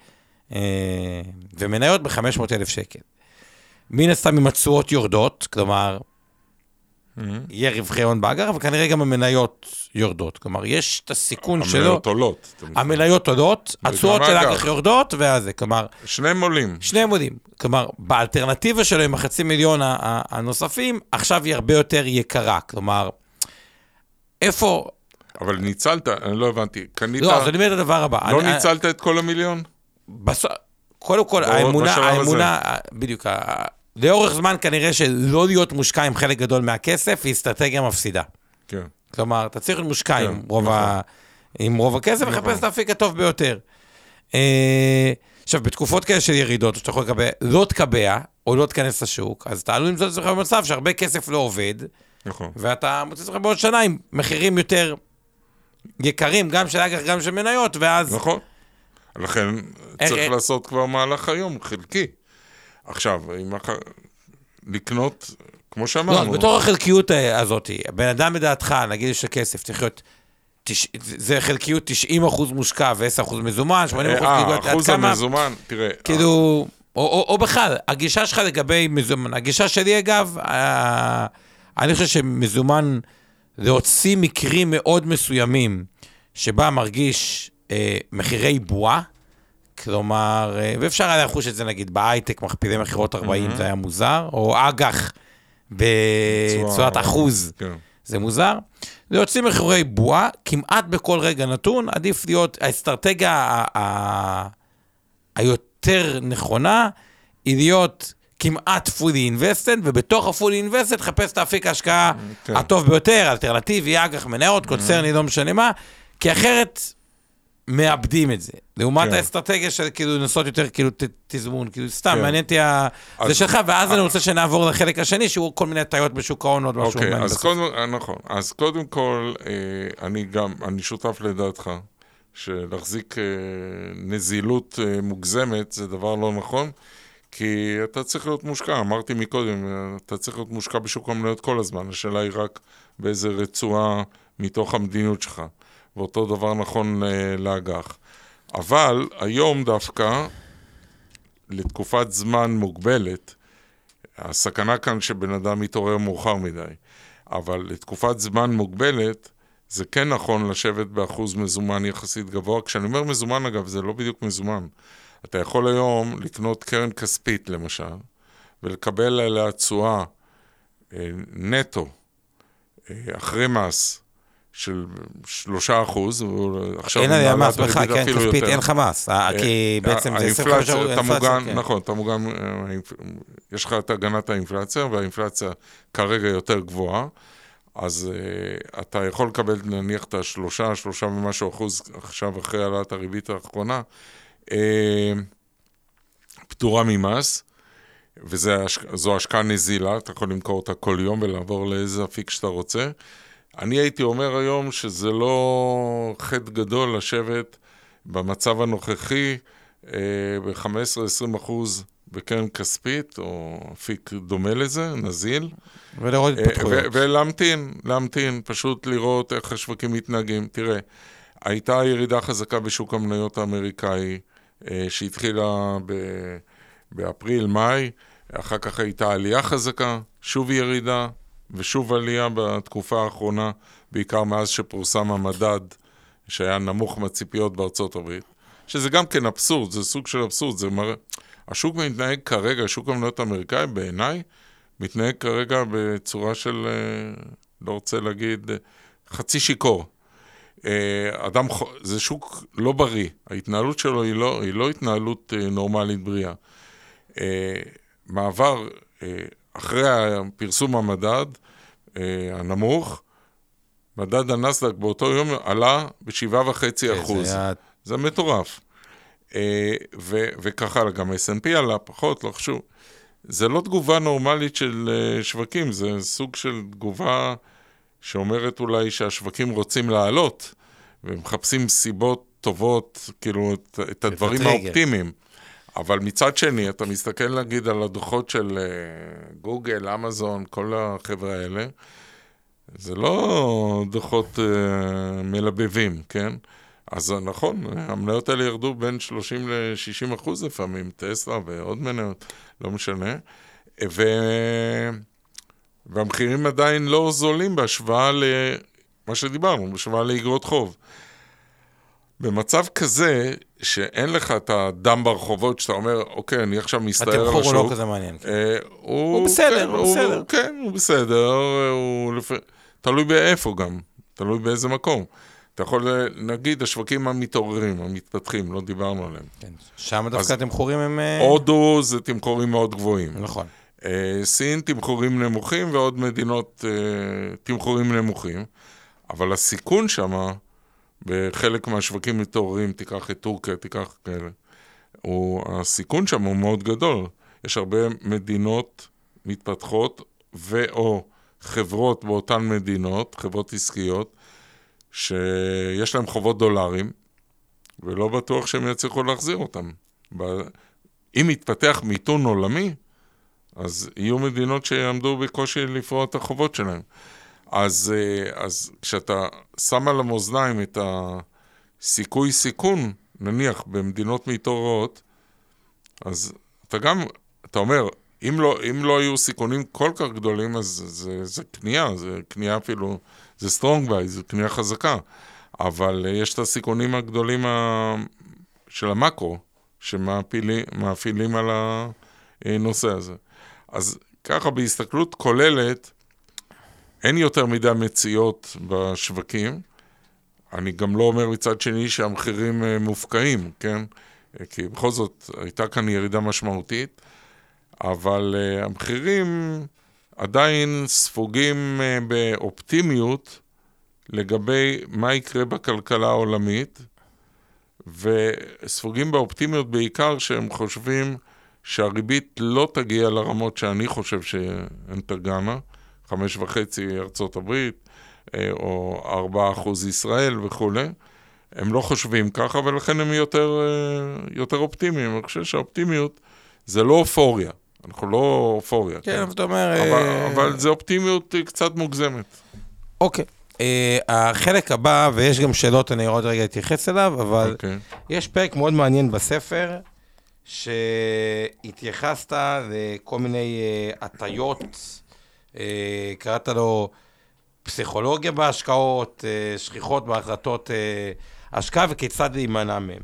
ומניות ב-500,000 שקל. מן הסתם עם התשואות יורדות, כלומר, יהיה רווחי הון באג"ח, וכנראה גם המניות יורדות. כלומר, יש את הסיכון שלו. המניות עולות. המניות עולות, התשואות של אג"ח יורדות, ואז כלומר... שניהם עולים. שניהם עולים. כלומר, באלטרנטיבה שלו עם 500,000 הנוספים, עכשיו היא הרבה יותר יקרה. כלומר, איפה... אבל ניצלת, אני לא הבנתי. קנית... לא, אז אני אומר את הדבר הבא. לא ניצלת את כל 1,000,000? קודם כל, האמונה, בדיוק, לאורך זמן כנראה שלא להיות מושקע עם חלק גדול מהכסף, היא אסטרטגיה מפסידה. כן. כלומר, אתה צריך להיות מושקע עם רוב הכסף, וחפש את האפיק הטוב ביותר. עכשיו, בתקופות כאלה של ירידות, שאתה יכול לא תקבע, או לא תכנס לשוק, אז אתה עלול למצוא את זה במצב שהרבה כסף לא עובד, ואתה מוצא את זה בעוד שנה עם מחירים יותר יקרים, גם של אג"ח, גם של מניות, ואז... נכון. לכן צריך לעשות כבר מהלך היום, חלקי. עכשיו, לקנות, כמו שאמרנו... לא, בתור החלקיות הזאת, בן אדם בדעתך, נגיד יש הכסף, צריך להיות... זה חלקיות 90% מושקע ו10% מזומן, 80% אחוז המזומן, תראה... כאילו, או בכלל, הגישה שלך לגבי מזומן, הגישה שלי אגב, אני חושב שמזומן להוציא מקרים מאוד מסוימים, שבה מרגיש מחירי בועה, כלומר, ואפשר היה להחוש את זה נגיד בהייטק, מכפילי מחירות 40, זה היה מוזר, או אג"ח בצורת אחוז, זה מוזר. להוציא מחירי בועה, כמעט בכל רגע נתון, עדיף להיות, האסטרטגיה היותר נכונה, היא להיות כמעט fully invested, ובתוך ה-fully invested חפש את האפיק ההשקעה הטוב ביותר, אלטרנטיבי, אג"ח, מניות, קונצרני, לא משנה מה, כי אחרת מאבדים את זה. לעומת האסטרטגיה של כאילו לנסות יותר כאילו תזמון, כאילו סתם, מעניין אותי זה שלך, ואז אני רוצה שנעבור לחלק השני, שהוא כל מיני טעיות בשוק ההון עוד משהו. אוקיי, נכון. אז קודם כל, אני שותף לדעתך, שלהחזיק נזילות מוגזמת זה דבר לא נכון, כי אתה צריך להיות מושקע, אמרתי מקודם, אתה צריך להיות מושקע בשוק המניות כל הזמן, השאלה היא רק באיזה רצועה מתוך המדיניות שלך. ואותו דבר נכון לאג"ח. אבל היום דווקא, לתקופת זמן מוגבלת, הסכנה כאן שבן אדם מתעורר מאוחר מדי, אבל לתקופת זמן מוגבלת, זה כן נכון לשבת באחוז מזומן יחסית גבוה. כשאני אומר מזומן, אגב, זה לא בדיוק מזומן. אתה יכול היום לקנות קרן כספית, למשל, ולקבל עליה תשואה נטו, אחרי מס, של 3%, אין עליה מס בכלל, כן, כספית, אין לך מס, כי בעצם זה 25%. נכון, אתה מוגן, יש לך את הגנת האינפלציה, והאינפלציה כרגע יותר גבוהה, אז אתה יכול לקבל נניח את 3 ומשהו אחוז, עכשיו אחרי העלאת הריבית האחרונה, פטורה ממס, וזו השקעה נזילה, אתה יכול למכור אותה כל יום ולעבור לאיזה אפיק שאתה רוצה. אני הייתי אומר היום שזה לא חטא גדול לשבת במצב הנוכחי ב-15-20% בקרן כספית, או אפיק דומה לזה, נזיל. ולראות התפתחויות. ולהמתין, פשוט לראות איך השווקים מתנהגים. תראה, הייתה ירידה חזקה בשוק המניות האמריקאי, שהתחילה באפריל-מאי, אחר כך הייתה עלייה חזקה, שוב ירידה, ושוב עלייה בתקופה האחרונה, בעיקר מאז שפורסם המדד, שהיה נמוך מהציפיות בארצות הברית, שזה גם כן אבסורד, זה סוג של אבסורד, זה מראה, השוק מתנהג כרגע, השוק המניות האמריקאי בעיניי, מתנהג כרגע בצורה של, לא רוצה להגיד, חצי שיקור. זה שוק לא בריא, ההתנהלות שלו היא לא התנהלות נורמלית בריאה. מעבר, אחרי פרסום המדד הנמוך, מדד הנסדק באותו יום עלה ב7.5%. זה מטורף. וככה גם S&P עלה פחות, לא חשוב. זה לא תגובה נורמלית של שווקים, זה סוג של תגובה שאומרת אולי שהשווקים רוצים לעלות, ומחפשים סיבות טובות, כאילו, את הדברים האופטימיים. אבל מצד שני, אתה מסתכל נגיד על הדוחות של גוגל, אמזון, כל החבר'ה האלה, זה לא דוחות מלבבים, כן? אז נכון, המניות האלה ירדו בין 30 ל-60% לפעמים, טסלה ועוד מניות, לא משנה. והמחירים עדיין לא זולים בהשוואה למה שדיברנו, בהשוואה לאגרות חוב. במצב כזה, שאין לך את הדם ברחובות, שאתה אומר, אוקיי, אני עכשיו מסתער על השוק. התמחור הוא לא כזה מעניין. הוא בסדר, הוא בסדר. כן, הוא בסדר. תלוי באיפה גם, תלוי באיזה מקום. אתה יכול, נגיד, השווקים המתעוררים, המתפתחים, לא דיברנו עליהם. כן, שם דווקא התמחורים הם... הודו זה תמחורים מאוד גבוהים. נכון. סין תמחורים נמוכים, ועוד מדינות תמחורים נמוכים. אבל הסיכון שמה, בחלק מהשווקים מתעוררים, תיקח את טורקיה, תיקח כאלה, הסיכון שם הוא מאוד גדול. יש הרבה מדינות מתפתחות, ואו חברות באותן מדינות, חברות עסקיות, שיש להם חובות דולרים, ולא בטוח שהם יצליחו להחזיר אותם. אם יתפתח מיתון עולמי, אז יהיו מדינות שיעמדו בקושי לפרוע את החובות שלהם. אז כשאתה שם על המאזניים את הסיכוי סיכון, נניח במדינות מתעוררות, אז אתה אומר, אם לא היו סיכונים כל כך גדולים, אז זה קנייה, זה קנייה אפילו, זה strong buy, זה קנייה חזקה. אבל יש את הסיכונים הגדולים של המקרו, שמאפילים על הנושא הזה. אז ככה בהסתכלות כוללת, אין יותר מדי מציאות בשווקים. אני גם לא אומר מצד שני שהמחירים מופקעים, כן? כי בכל זאת הייתה כאן ירידה משמעותית, אבל המחירים עדיין ספוגים באופטימיות לגבי מה יקרה בכלכלה העולמית, וספוגים באופטימיות בעיקר שהם חושבים שהריבית לא תגיע לרמות שאני חושב שהן תגענה, 5.5 ארצות הברית, או 4% ישראל וכו'. הם לא חושבים ככה, ולכן הם יותר אופטימיים. אני חושב שהאופטימיות זה לא אופוריה. אנחנו לא אופוריה. כן, אבל אתה אומר... אבל זה אופטימיות קצת מוגזמת. אוקיי. החלק הבא, ויש גם שאלות, אני עוד רגע אתייחס אליו, אבל יש פרק מאוד מעניין בספר, שהתייחסת לכל מיני הטיות, קראת לו פסיכולוגיה בהשקעות, שכיחות בהחלטות השקעה, וכיצד להימנע מהם.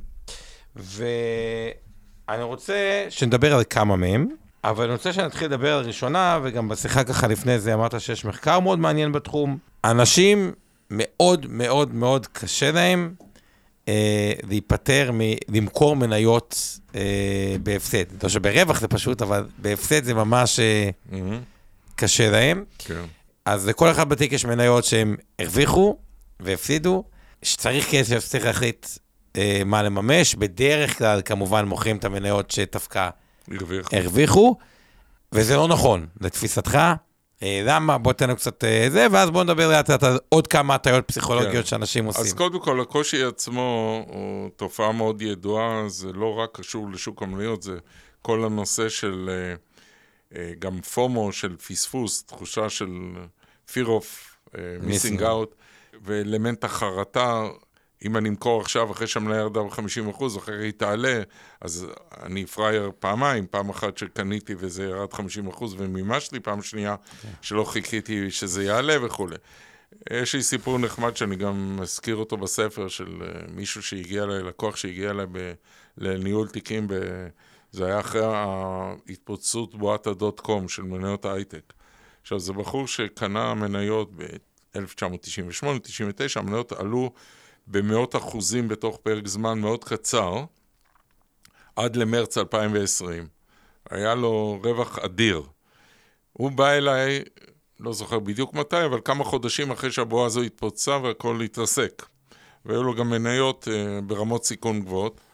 ואני רוצה שנדבר על כמה מהם, אבל אני רוצה שנתחיל לדבר על ראשונה, וגם בשיחה ככה לפני זה אמרת שיש מחקר מאוד מעניין בתחום. אנשים מאוד מאוד מאוד קשה להם להיפטר למכור מניות בהפסד. לא שברווח זה פשוט, אבל בהפסד זה ממש קשה להם. כן. אז לכל אחד בתיק יש מניות שהם הרוויחו והפסידו, שצריך כסף, צריך להחליט מה לממש. בדרך כלל כמובן מוכרים את המניות שדווקא הרוויחו, וזה לא נכון, לתפיסתך. למה? בוא תנו קצת זה, ואז בוא נדבר לאט על עוד כמה הטיות פסיכולוגיות שאנשים עושים. אז קודם כל, הקושי עצמו הוא תופעה מאוד ידועה, זה לא רק קשור לשוק המניות, זה כל הנושא של גם פומו, של פספוס, תחושה של fear of missing out, ואלמנט החרטה, אם אני אמכור עכשיו אחרי שהמניה ירדה ב-50%, אחרי היא תעלה, אז אני פרייר פעמיים, פעם אחת שקניתי וזה ירד 50% ומימשתי, פעם שנייה שלא חיכיתי שזה יעלה וכו'. יש לי סיפור נחמד שאני גם מזכיר אותו בספר של מישהו שהגיע אליי, לקוח שהגיע אליי לניהול תיקים, זה היה אחרי ההתפוצצות בועת .com של מניות ההייטק. עכשיו זה בחור שקנה מניות ב-1998-99, המניות עלו במאות אחוזים בתוך פרק זמן מאוד קצר, עד למרץ 2020. היה לו רווח אדיר. הוא בא אליי, לא זוכר בדיוק מתי, אבל כמה חודשים אחרי שהבועה הזו התפוצצה והכל התרסק. והיו לו גם מניות ברמות סיכון גבוהות.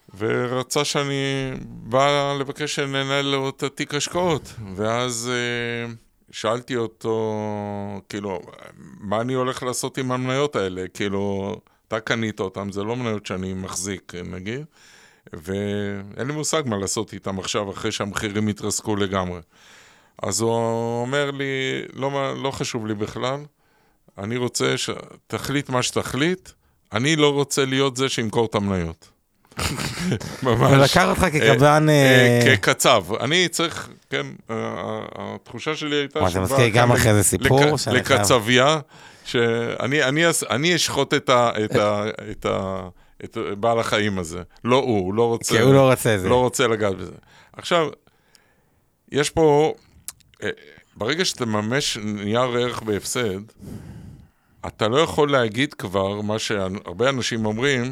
ורצה שאני בא לבקש שננהל לו את התיק השקעות, ואז שאלתי אותו, כאילו, מה אני הולך לעשות עם המניות האלה? כאילו, אתה קנית אותם, זה לא מניות שאני מחזיק, נגיד, ואין לי מושג מה לעשות איתם עכשיו, אחרי שהמחירים יתרסקו לגמרי. אז הוא אומר לי, לא חשוב לי בכלל, אני רוצה שתחליט מה שתחליט, אני לא רוצה להיות זה שימכור את המניות. ממש. ולקח אותך כקבלן... כקצב. אני צריך, כן, התחושה שלי הייתה... זה מזכיר גם אחרי זה סיפור. לקצביה, שאני אשחוט את בעל החיים הזה. לא הוא לא רוצה... כי הוא לא רוצה זה. לא רוצה לגעת בזה. עכשיו, יש פה... ברגע שאתה ממש נייר ערך בהפסד, אתה לא יכול להגיד כבר מה שהרבה אנשים אומרים,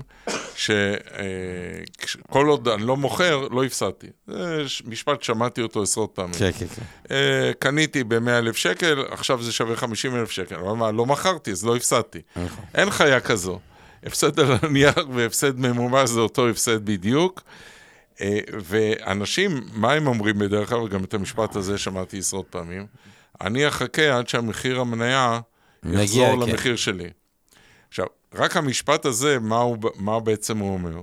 שכל עוד אני לא מוכר, לא הפסדתי. זה משפט שמעתי אותו עשרות פעמים. כן, כן, כן. קניתי ב100,000 שקל, עכשיו זה שווה 50,000 שקל. אבל מה, לא מכרתי, אז לא הפסדתי. אין חיה כזו. הפסד על הנייר והפסד ממומש זה אותו הפסד בדיוק. ואנשים, מה הם אומרים בדרך כלל, וגם את המשפט הזה שמעתי עשרות פעמים, אני אחכה עד שהמחיר המניה יחזור למחיר שלי. עכשיו, רק המשפט הזה, מה בעצם הוא אומר?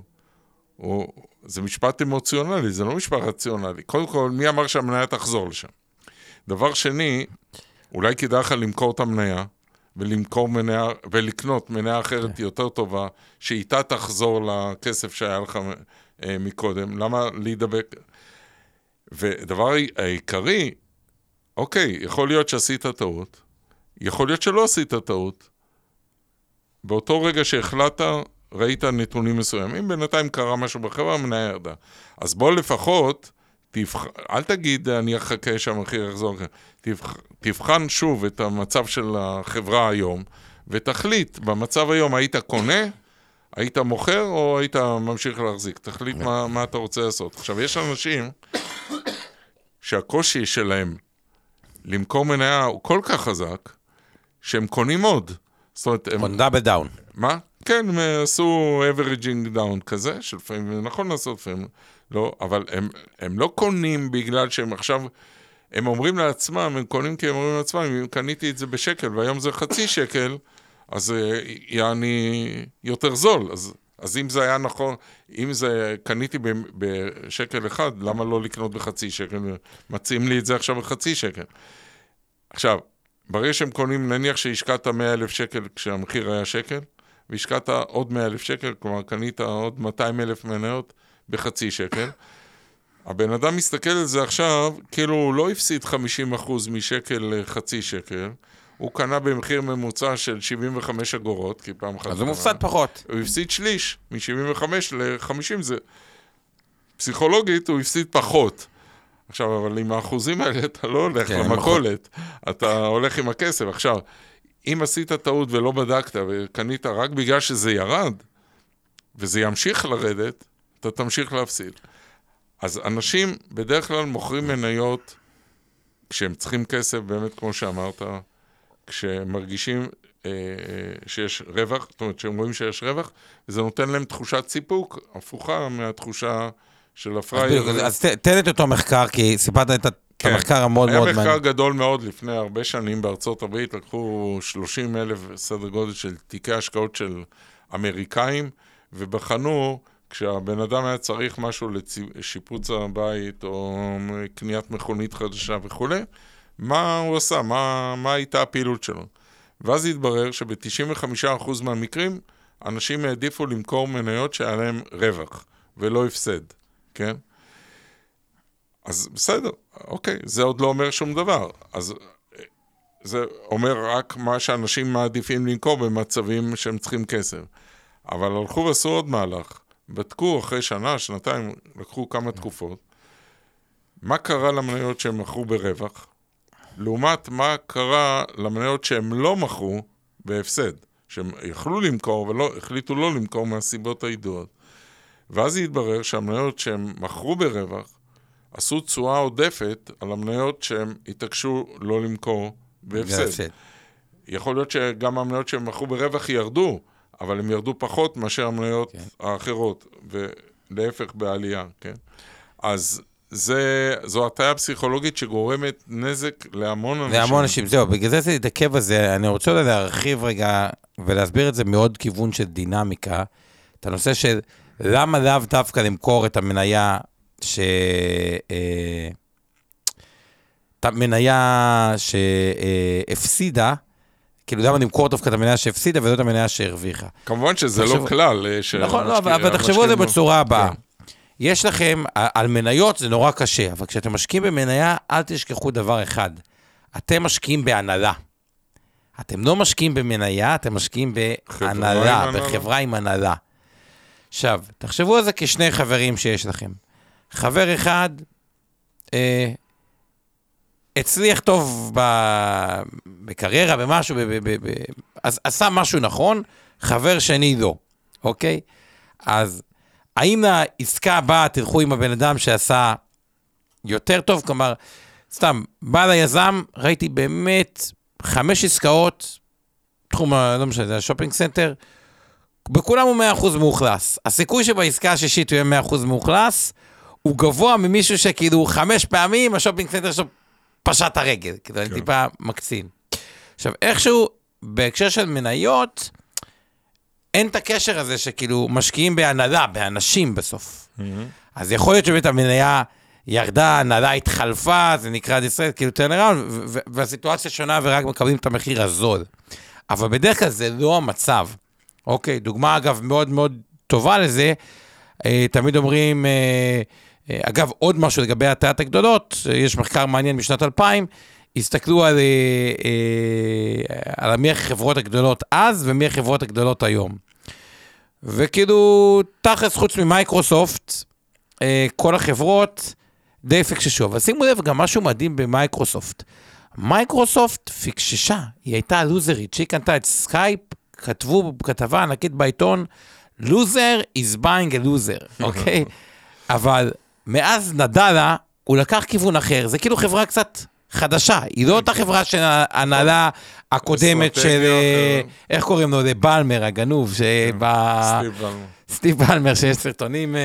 זה משפט אמוציונלי, זה לא משפט רציונלי. קודם כל, מי אמר שהמניה תחזור לשם? דבר שני, אולי כדאי לך למכור את המניה, ולקנות מניה אחרת יותר טובה, שאיתה תחזור לכסף שהיה לך מקודם. למה להידבק? ודבר העיקרי, אוקיי, יכול להיות שעשית טעות, יכול להיות שלא עשית טעות. באותו רגע שהחלטת, ראית נתונים מסוימים, בינתיים קרה משהו בחברה, המניה ירדה. אז בוא לפחות, אל תגיד, אני אחכה שהמחיר יחזור, תבחן שוב את המצב של החברה היום, ותחליט, במצב היום היית קונה, היית מוכר, או היית ממשיך להחזיק. תחליט מה אתה רוצה לעשות. עכשיו, יש אנשים שהקושי שלהם למכור מניה הוא כל כך חזק, שהם קונים עוד. זאת אומרת, הם... דאבל דאון. מה? כן, הם עשו averaging down כזה, שלפעמים, נכון לעשות לפעמים, לא, אבל הם לא קונים בגלל שהם עכשיו, הם אומרים לעצמם, הם קונים כי הם אומרים לעצמם, אם קניתי את זה בשקל, והיום זה 0.5 שקל, אז יעני יותר זול. אז אם זה היה נכון, אם זה קניתי בשקל אחד, למה לא לקנות ב0.5 שקל? מציעים לי את זה עכשיו ב0.5 שקל. עכשיו, ברגע שהם קונים, נניח שהשקעת 100,000 שקל כשהמחיר היה שקל, והשקעת עוד 100,000 שקל, כלומר קנית עוד 200,000 מניות ב0.5 שקל, הבן אדם מסתכל על זה עכשיו, כאילו הוא לא הפסיד 50% משקל ל0.5 שקל, הוא קנה במחיר ממוצע של 75 אגורות, כי פעם אחת... אז הוא מופסד פחות. הוא הפסיד שליש, מ-75 ל-50, זה... פסיכולוגית הוא הפסיד פחות. עכשיו, אבל עם האחוזים האלה אתה לא הולך למכולת, אתה הולך עם הכסף. עכשיו, אם עשית טעות ולא בדקת וקנית רק בגלל שזה ירד, וזה ימשיך לרדת, אתה תמשיך להפסיד. אז אנשים בדרך כלל מוכרים מניות, כשהם צריכים כסף, באמת כמו שאמרת, כשמרגישים שיש רווח, זאת אומרת שהם רואים שיש רווח, וזה נותן להם תחושת סיפוק, הפוכה מהתחושה של הפרייר. אז תן את אותו מחקר, כי סיפרת את המחקר המאוד מאוד מעניין. היה מחקר גדול מאוד לפני הרבה שנים בארצות הברית, לקחו 30,000 סדר גודל של תיקי השקעות של אמריקאים, ובחנו, כשהבן אדם היה צריך משהו לשיפוץ הבית, או קניית מכונית חדשה וכו', מה הוא עשה? מה הייתה הפעילות שלו? ואז התברר שב-95% מהמקרים, אנשים העדיפו למכור מניות שהיה להם רווח, ולא הפסד, כן? אז בסדר, אוקיי, זה עוד לא אומר שום דבר. אז זה אומר רק מה שאנשים מעדיפים למכור במצבים שהם צריכים כסף. אבל הלכו ועשו עוד מהלך. בדקו אחרי שנה, שנתיים, לקחו כמה תקופות. מה קרה למניות שהם מכרו ברווח? לעומת מה קרה למניות שהם לא מכרו בהפסד. שהם יכלו למכור, אבל החליטו לא למכור מהסיבות הידועות. ואז התברר שהמניות שהם מכרו ברווח, עשו תשואה עודפת על המניות שהם התעקשו לא למכור בהפסד. יכול להיות שגם המניות שהם מכרו ברווח ירדו, אבל הם ירדו פחות מאשר המניות האחרות. להפך בעלייה, כן? אז זו הטעיה פסיכולוגית שגורמת נזק להמון אנשים. להמון אנשים, זהו, בגלל זה זה התעכב הזה, אני רוצה להרחיב רגע ולהסביר את זה מעוד כיוון של דינמיקה, את הנושא של למה לאו דווקא למכור את המניה שהפסידה, כאילו למה למכור דווקא את המניה שהפסידה ולא את המניה שהרוויחה. כמובן שזה לא כלל. נכון, לא, אבל תחשבו על זה בצורה הבאה. יש לכם, על מניות זה נורא קשה, אבל כשאתם משקיעים במניה, אל תשכחו דבר אחד. אתם משקיעים בהנהלה. אתם לא משקיעים במניה, אתם משקיעים בהנהלה, בחברה עם הנהלה. עכשיו, תחשבו על זה כשני חברים שיש לכם. חבר אחד הצליח טוב בקריירה, במשהו, אז עשה משהו נכון, חבר שני לא, אוקיי? אז האם העסקה הבאה תלכו עם הבן אדם שעשה יותר טוב? כלומר, סתם, בא ליזם, ראיתי באמת 5 עסקאות, תחום, לא משנה, זה השופינג סנטר, בכולם הוא 100% מאוכלס. הסיכוי שבעסקה השישית הוא יהיה 100% מאוכלס, הוא גבוה ממישהו שכאילו 5 פעמים, השופינג סנטר שלו פשט הרגל, כאילו אני טיפה מקצין. עכשיו, איכשהו, בהקשר של מניות, אין את הקשר הזה שכאילו משקיעים בהנהלה, באנשים בסוף. אז יכול להיות שבאמת המניה ירדה, הנהלה התחלפה, זה נקרא ישראל, כאילו טרנראונד, והסיטואציה שונה ורק מקבלים את המחיר הזול. אבל בדרך כלל זה לא המצב. אוקיי, דוגמה אגב מאוד מאוד טובה לזה, תמיד אומרים, אגב עוד משהו לגבי הטעיות הגדולות, יש מחקר מעניין משנת 2000, הסתכלו על מי החברות הגדולות אז ומי החברות הגדולות היום. וכאילו, תכלס חוץ ממייקרוסופט, כל החברות די פיקששו. אבל שימו לב, גם משהו מדהים במייקרוסופט. מייקרוסופט פיקששה, היא הייתה לוזרית, שהיא קנתה את סקייפ, כתבו כתבה ענקית בעיתון, loser is buying a loser, אוקיי? אבל מאז נדלה, הוא לקח כיוון אחר, זה כאילו חברה קצת חדשה, היא לא אותה חברה של ההנהלה הקודמת של, איך קוראים לו, זה בלמר הגנוב, סטיב בלמר, שיש סרטונים,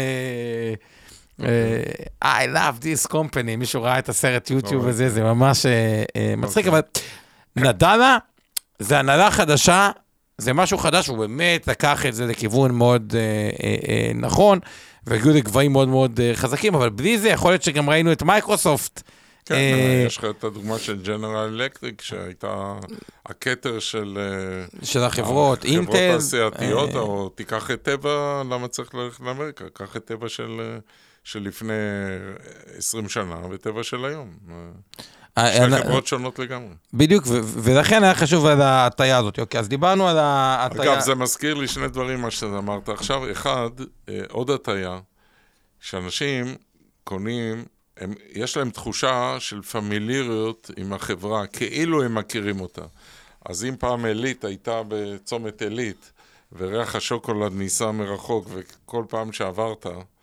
I love this company, מישהו ראה את הסרט יוטיוב הזה, זה ממש מצחיק, אבל נדלה, זה הנהלה חדשה, זה משהו חדש, הוא באמת לקח את זה לכיוון מאוד נכון, והגיעו לגבהים מאוד מאוד חזקים, אבל בלי זה יכול להיות שגם ראינו את מייקרוסופט. כן, יש לך את הדוגמה של ג'נרל אלקטריק, שהייתה הכתר של החברות, אינטל. חברות תעשייתיות, או תיקח את טבע, למה צריך ללכת לאמריקה? קח את טבע של לפני 20 שנה, וטבע של היום. שתי חברות שונות לגמרי. בדיוק, ולכן היה חשוב על ההטיה הזאת. אוקיי, אז דיברנו על ההטיה. אגב, זה מזכיר לי שני דברים, מה שאמרת עכשיו. אחד, עוד הטיה, שאנשים קונים, יש להם תחושה של פמיליריות עם החברה, כאילו הם מכירים אותה. אז אם פעם אלית הייתה בצומת אלית, וריח השוקולד ניסה מרחוק, וכל פעם שעברת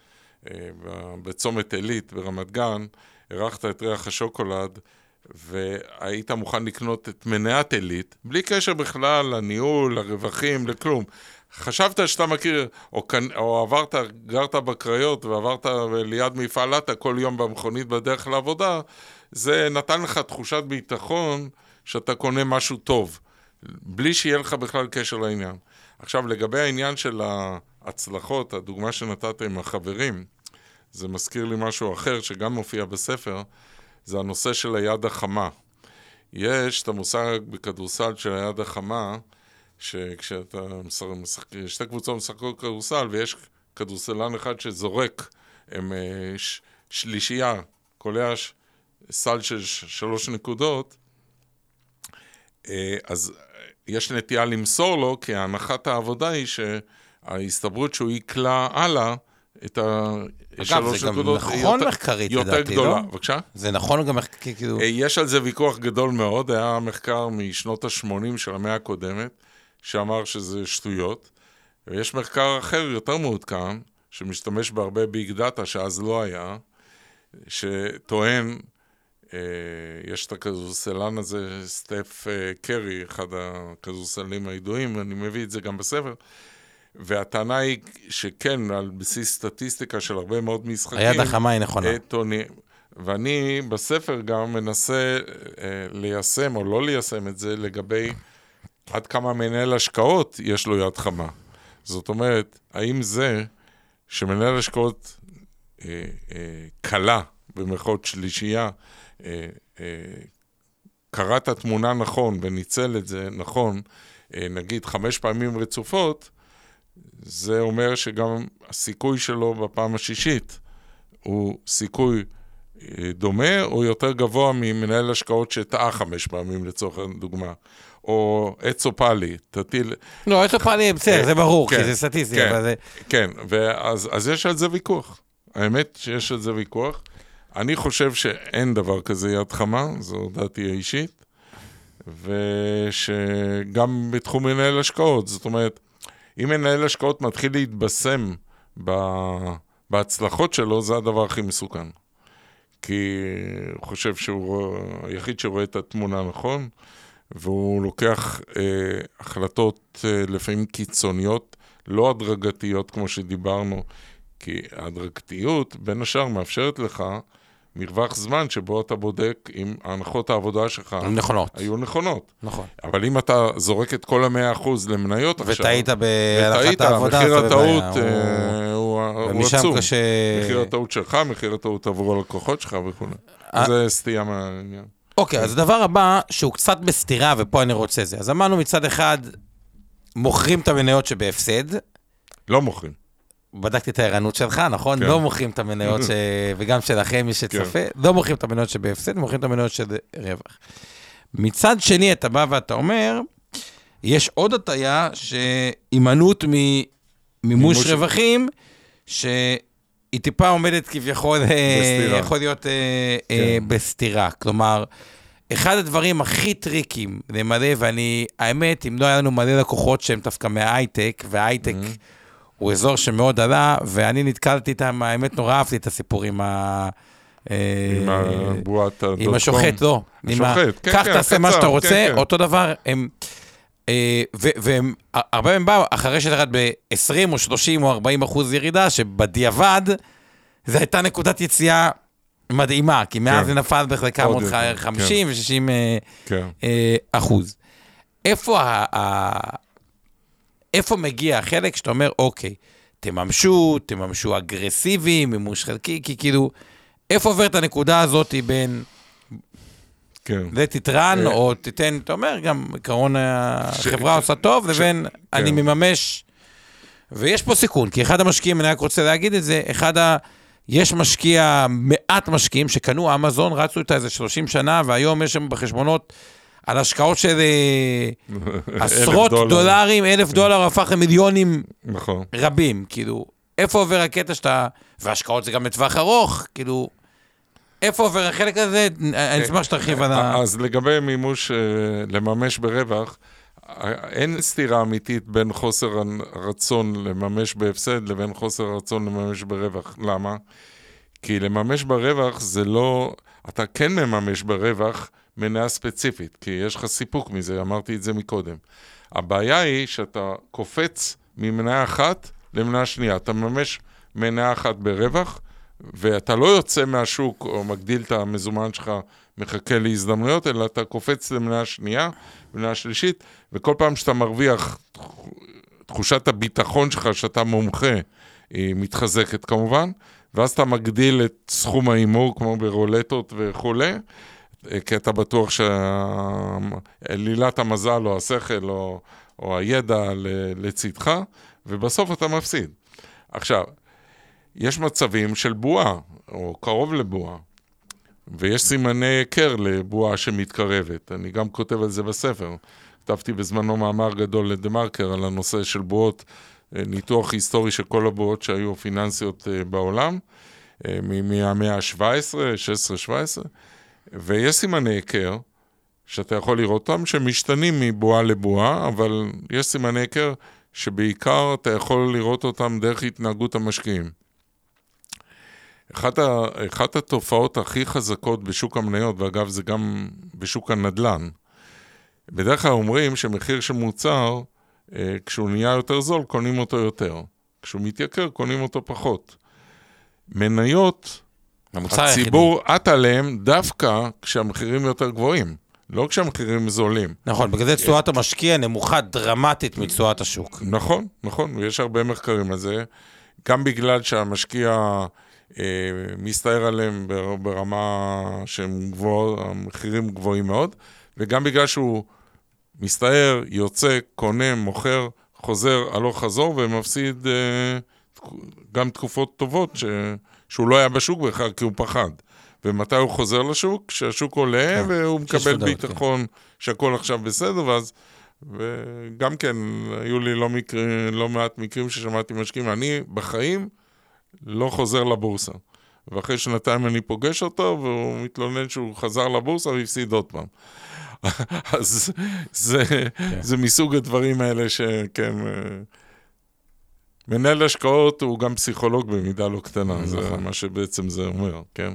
בצומת אלית ברמת גן, ערכת את ריח השוקולד, והיית מוכן לקנות את מניית אלית, בלי קשר בכלל לניהול, לרווחים, לכלום. חשבת שאתה מכיר, או עברת, גרת בקריות, ועברת ליד מפעלת כל יום במכונית בדרך לעבודה, זה נתן לך תחושת ביטחון שאתה קונה משהו טוב, בלי שיהיה לך בכלל קשר לעניין. עכשיו, לגבי העניין של ההצלחות, הדוגמה שנתת עם החברים, זה מזכיר לי משהו אחר שגם מופיע בספר, זה הנושא של היד החמה. יש את המושג בכדורסל של היד החמה, שכשאתה משחק, שתי קבוצות משחקות כדורסל, ויש כדורסלן אחד שזורק, הם שלישייה, קולע סל של 3 נקודות, אז יש נטייה למסור לו, כי הנחת העבודה היא שההסתברות שהוא יקלע הלאה, את אגב, זה גם נכון מחקרית, יותר גדולה. בבקשה? זה נכון גם מחקרית, כאילו. יש על זה ויכוח גדול מאוד, היה מחקר משנות ה-80 של המאה הקודמת, שאמר שזה שטויות, ויש מחקר אחר יותר מעודכן, שמשתמש בהרבה ביג דאטה, שאז לא היה, שטוען, יש את הכדורסלן הזה, סטף קרי, אחד הכדורסלנים הידועים, אני מביא את זה גם בספר, והטענה היא שכן, על בסיס סטטיסטיקה של הרבה מאוד משחקים. היד החמה היא נכונה. ואני בספר גם מנסה ליישם או לא ליישם את זה לגבי עד כמה מנהל השקעות יש לו יד חמה. זאת אומרת, האם זה שמנהל השקעות קלה, במרכאות שלישייה, קרא את התמונה נכון וניצל את זה נכון, נגיד 5 פעמים רצופות, זה אומר שגם הסיכוי שלו בפעם השישית הוא סיכוי דומה או יותר גבוה ממנהל השקעות שטעה 5 פעמים לצורך דוגמה. או אצופלי, תטיל... לא, אצופלי בסדר, זה ברור, כי זה סטטיסטי. כן, ואז יש על זה ויכוח. האמת שיש על זה ויכוח. אני חושב שאין דבר כזה יד חמה, זו דעתי האישית, ושגם בתחום מנהל השקעות, זאת אומרת, אם מנהל השקעות מתחיל להתבשם בהצלחות שלו, זה הדבר הכי מסוכן. כי הוא חושב שהוא היחיד שרואה את התמונה נכון, והוא לוקח החלטות לפעמים קיצוניות, לא הדרגתיות כמו שדיברנו, כי ההדרגתיות בין השאר מאפשרת לך מרווח זמן שבו אתה בודק אם הנחות העבודה שלך היו נכונות. נכון. אבל אם אתה זורק את כל 100% למניות עכשיו, וטעית בהלכת העבודה, מחיר הטעות הוא עצום. מחיר הטעות שלך, מחיר הטעות עבור הלקוחות שלך וכו'. זה סטייה מהעניין. אוקיי, אז הדבר הבא שהוא קצת בסתירה, ופה אני רוצה זה. אז אמרנו מצד אחד, מוכרים את המניות שבהפסד. לא מוכרים. בדקתי את הערנות שלך, נכון? לא מוכרים את המניות, וגם שלכם מי שצפה, לא מוכרים את המניות שבהפסד, מוכרים את המניות שברווח. מצד שני, אתה בא ואתה אומר, יש עוד הטיה שהימנעות ממימוש רווחים, שהיא טיפה עומדת כביכול, יכול להיות בסתירה. כלומר, אחד הדברים הכי טריקים למלא, ואני, האמת, אם לא היה לנו מלא לקוחות שהם דווקא מההייטק, וההייטק הוא אזור שמאוד עלה, ואני נתקלתי איתם, האמת נורא אהבתי את הסיפור עם עם השוחט, לא. השוחט, כך תעשה מה שאתה רוצה, אותו דבר, והם הרבה מהם באו, אחרי שתרד ב-20 או 30 או 40% ירידה, שבדיעבד, זו הייתה נקודת יציאה מדהימה, כי מאז זה נפל בחלקה מאוד 50 ו-60%. איפה מגיע החלק שאתה אומר, אוקיי, תממשו אגרסיבי, מימוש חלקי, כי כאילו, איפה עובר את הנקודה הזאת בין, זה תתרן, או תיתן, אתה אומר, גם עקרון החברה עושה טוב, לבין אני מממש, ויש פה סיכון, כי אחד המשקיעים, אני רק רוצה להגיד את זה, יש מעט משקיעים שקנו אמזון, רצו איתה איזה 30 שנה, והיום יש שם בחשבונות, על השקעות של עשרות דולרים, $1,000 הפך למיליונים רבים, כאילו, איפה עובר הקטע שאתה, והשקעות זה גם לטווח ארוך, כאילו, איפה עובר החלק הזה, אני אשמח שתרחיב על אז לגבי מימוש, לממש ברווח, אין סתירה אמיתית בין חוסר הרצון לממש בהפסד, לבין חוסר הרצון לממש ברווח. למה? כי לממש ברווח זה לא, אתה כן מממש ברווח, מניה ספציפית, כי יש לך סיפוק מזה, אמרתי את זה מקודם. הבעיה היא שאתה קופץ ממניה אחת למניה שנייה. אתה ממש מניה אחת ברווח, ואתה לא יוצא מהשוק או מגדיל את המזומן שלך, מחכה להזדמנויות, אלא אתה קופץ למניה שנייה, מניה שלישית, וכל פעם שאתה מרוויח, תחושת הביטחון שלך שאתה מומחה, היא מתחזקת כמובן, ואז אתה מגדיל את סכום האימור, כמו ברולטות וכו', כי אתה בטוח שלילת המזל או השכל או הידע לצדך, ובסוף אתה מפסיד. עכשיו, יש מצבים של בועה, או קרוב לבועה, ויש סימני היכר לבועה שמתקרבת. אני גם כותב על זה בספר. כתבתי בזמנו מאמר גדול לדמרקר על הנושא של בועות, ניתוח היסטורי של כל הבועות שהיו פיננסיות בעולם, מהמאה ה-17, 16-17, ויש סימני היכר, שאתה יכול לראות אותם, שמשתנים מבועה לבועה, אבל יש סימני היכר שבעיקר אתה יכול לראות אותם דרך התנהגות המשקיעים. אחת התופעות הכי חזקות בשוק המניות, ואגב זה גם בשוק הנדל"ן, בדרך כלל אומרים שמחיר של מוצר כשהוא נהיה יותר זול, קונים אותו יותר. כשהוא מתייקר, קונים אותו פחות. מניות, הציבור עט עליהם דווקא כשהמחירים יותר גבוהים, לא כשהמחירים זולים. נכון, בגלל זה תשואת המשקיע נמוכה דרמטית מתשואת השוק. נכון, נכון, ויש הרבה מחקרים על זה, גם בגלל שהמשקיע מסתער עליהם ברמה שהם המחירים גבוהים מאוד, וגם בגלל שהוא מסתער, יוצא, קונה, מוכר, חוזר, הלוך חזור, ומפסיד גם תקופות טובות שהוא לא היה בשוק בכלל, כי הוא פחד. ומתי הוא חוזר לשוק? כשהשוק עולה, והוא מקבל ביטחון שהכל עכשיו בסדר, וגם כן, היו לי לא מעט מקרים ששמעתי משקיעים, אני בחיים לא חוזר לבורסה. ואחרי שנתיים אני פוגש אותו, והוא מתלונן שהוא חזר לבורסה והפסיד עוד פעם. אז זה מסוג הדברים האלה שכן, מנהל השקעות הוא גם פסיכולוג במידה לא קטנה, זה מה שבעצם זה אומר, כן?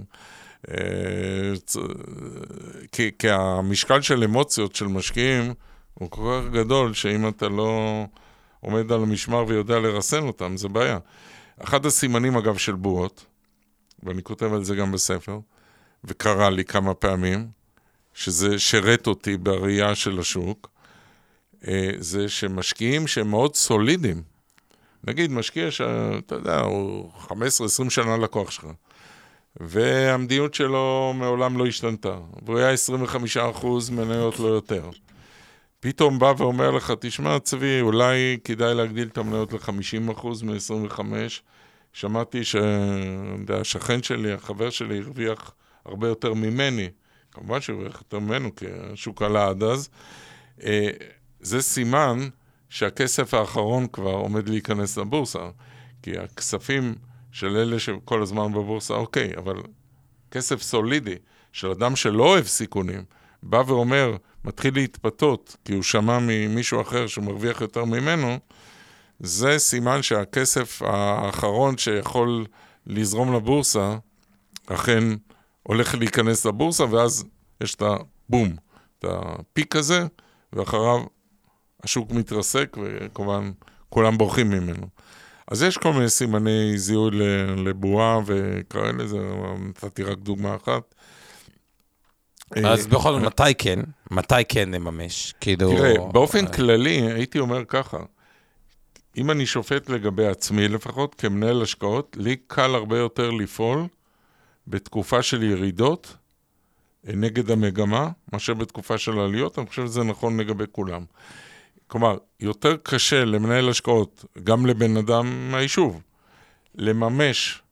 כי המשקל של אמוציות של משקיעים הוא כל כך גדול, שאם אתה לא עומד על המשמר ויודע לרסן אותם, זה בעיה. אחד הסימנים אגב של בועות, ואני כותב על זה גם בספר, וקרא לי כמה פעמים, שזה שרת אותי בראייה של השוק, זה שמשקיעים שהם מאוד סולידיים. נגיד, משקיע שאתה יודע, הוא 15-20 שנה לקוח שלך, והמדיניות שלו מעולם לא השתנתה, והוא היה 25% מניות לא יותר. פתאום בא ואומר לך, תשמע צבי, אולי כדאי להגדיל את המניות ל-50% מ-25%. שמעתי שהשכן שלי, החבר שלי, הרוויח הרבה יותר ממני. כמובן שהוא הרוויח יותר ממנו, כי השוק עלה עד אז. זה סימן שהכסף האחרון כבר עומד להיכנס לבורסה. כי הכספים של אלה שכל הזמן בבורסה, אוקיי, אבל כסף סולידי של אדם שלא אוהב סיכונים, בא ואומר, מתחיל להתפתות, כי הוא שמע ממישהו אחר שמרוויח יותר ממנו, זה סימן שהכסף האחרון שיכול לזרום לבורסה, אכן הולך להיכנס לבורסה, ואז יש את הבום, את הפיק הזה, ואחריו השוק מתרסק, וכמובן כולם בורחים ממנו. אז יש כל מיני סימני זיהוי לבועה, וקרא לזה, נתתי רק דוגמה אחת. אז בכל זאת, מתי כן נממש? תראה, באופן כללי, הייתי אומר ככה, אם אני שופט לגבי עצמי לפחות, כמנהל השקעות, לי קל הרבה יותר לפעול בתקופה של ירידות נגד המגמה, מאשר בתקופה של עליות, אני חושב שזה נכון לגבי כולם. כלומר, יותר קשה למנהל השקעות, גם לבן אדם מהיישוב, לממש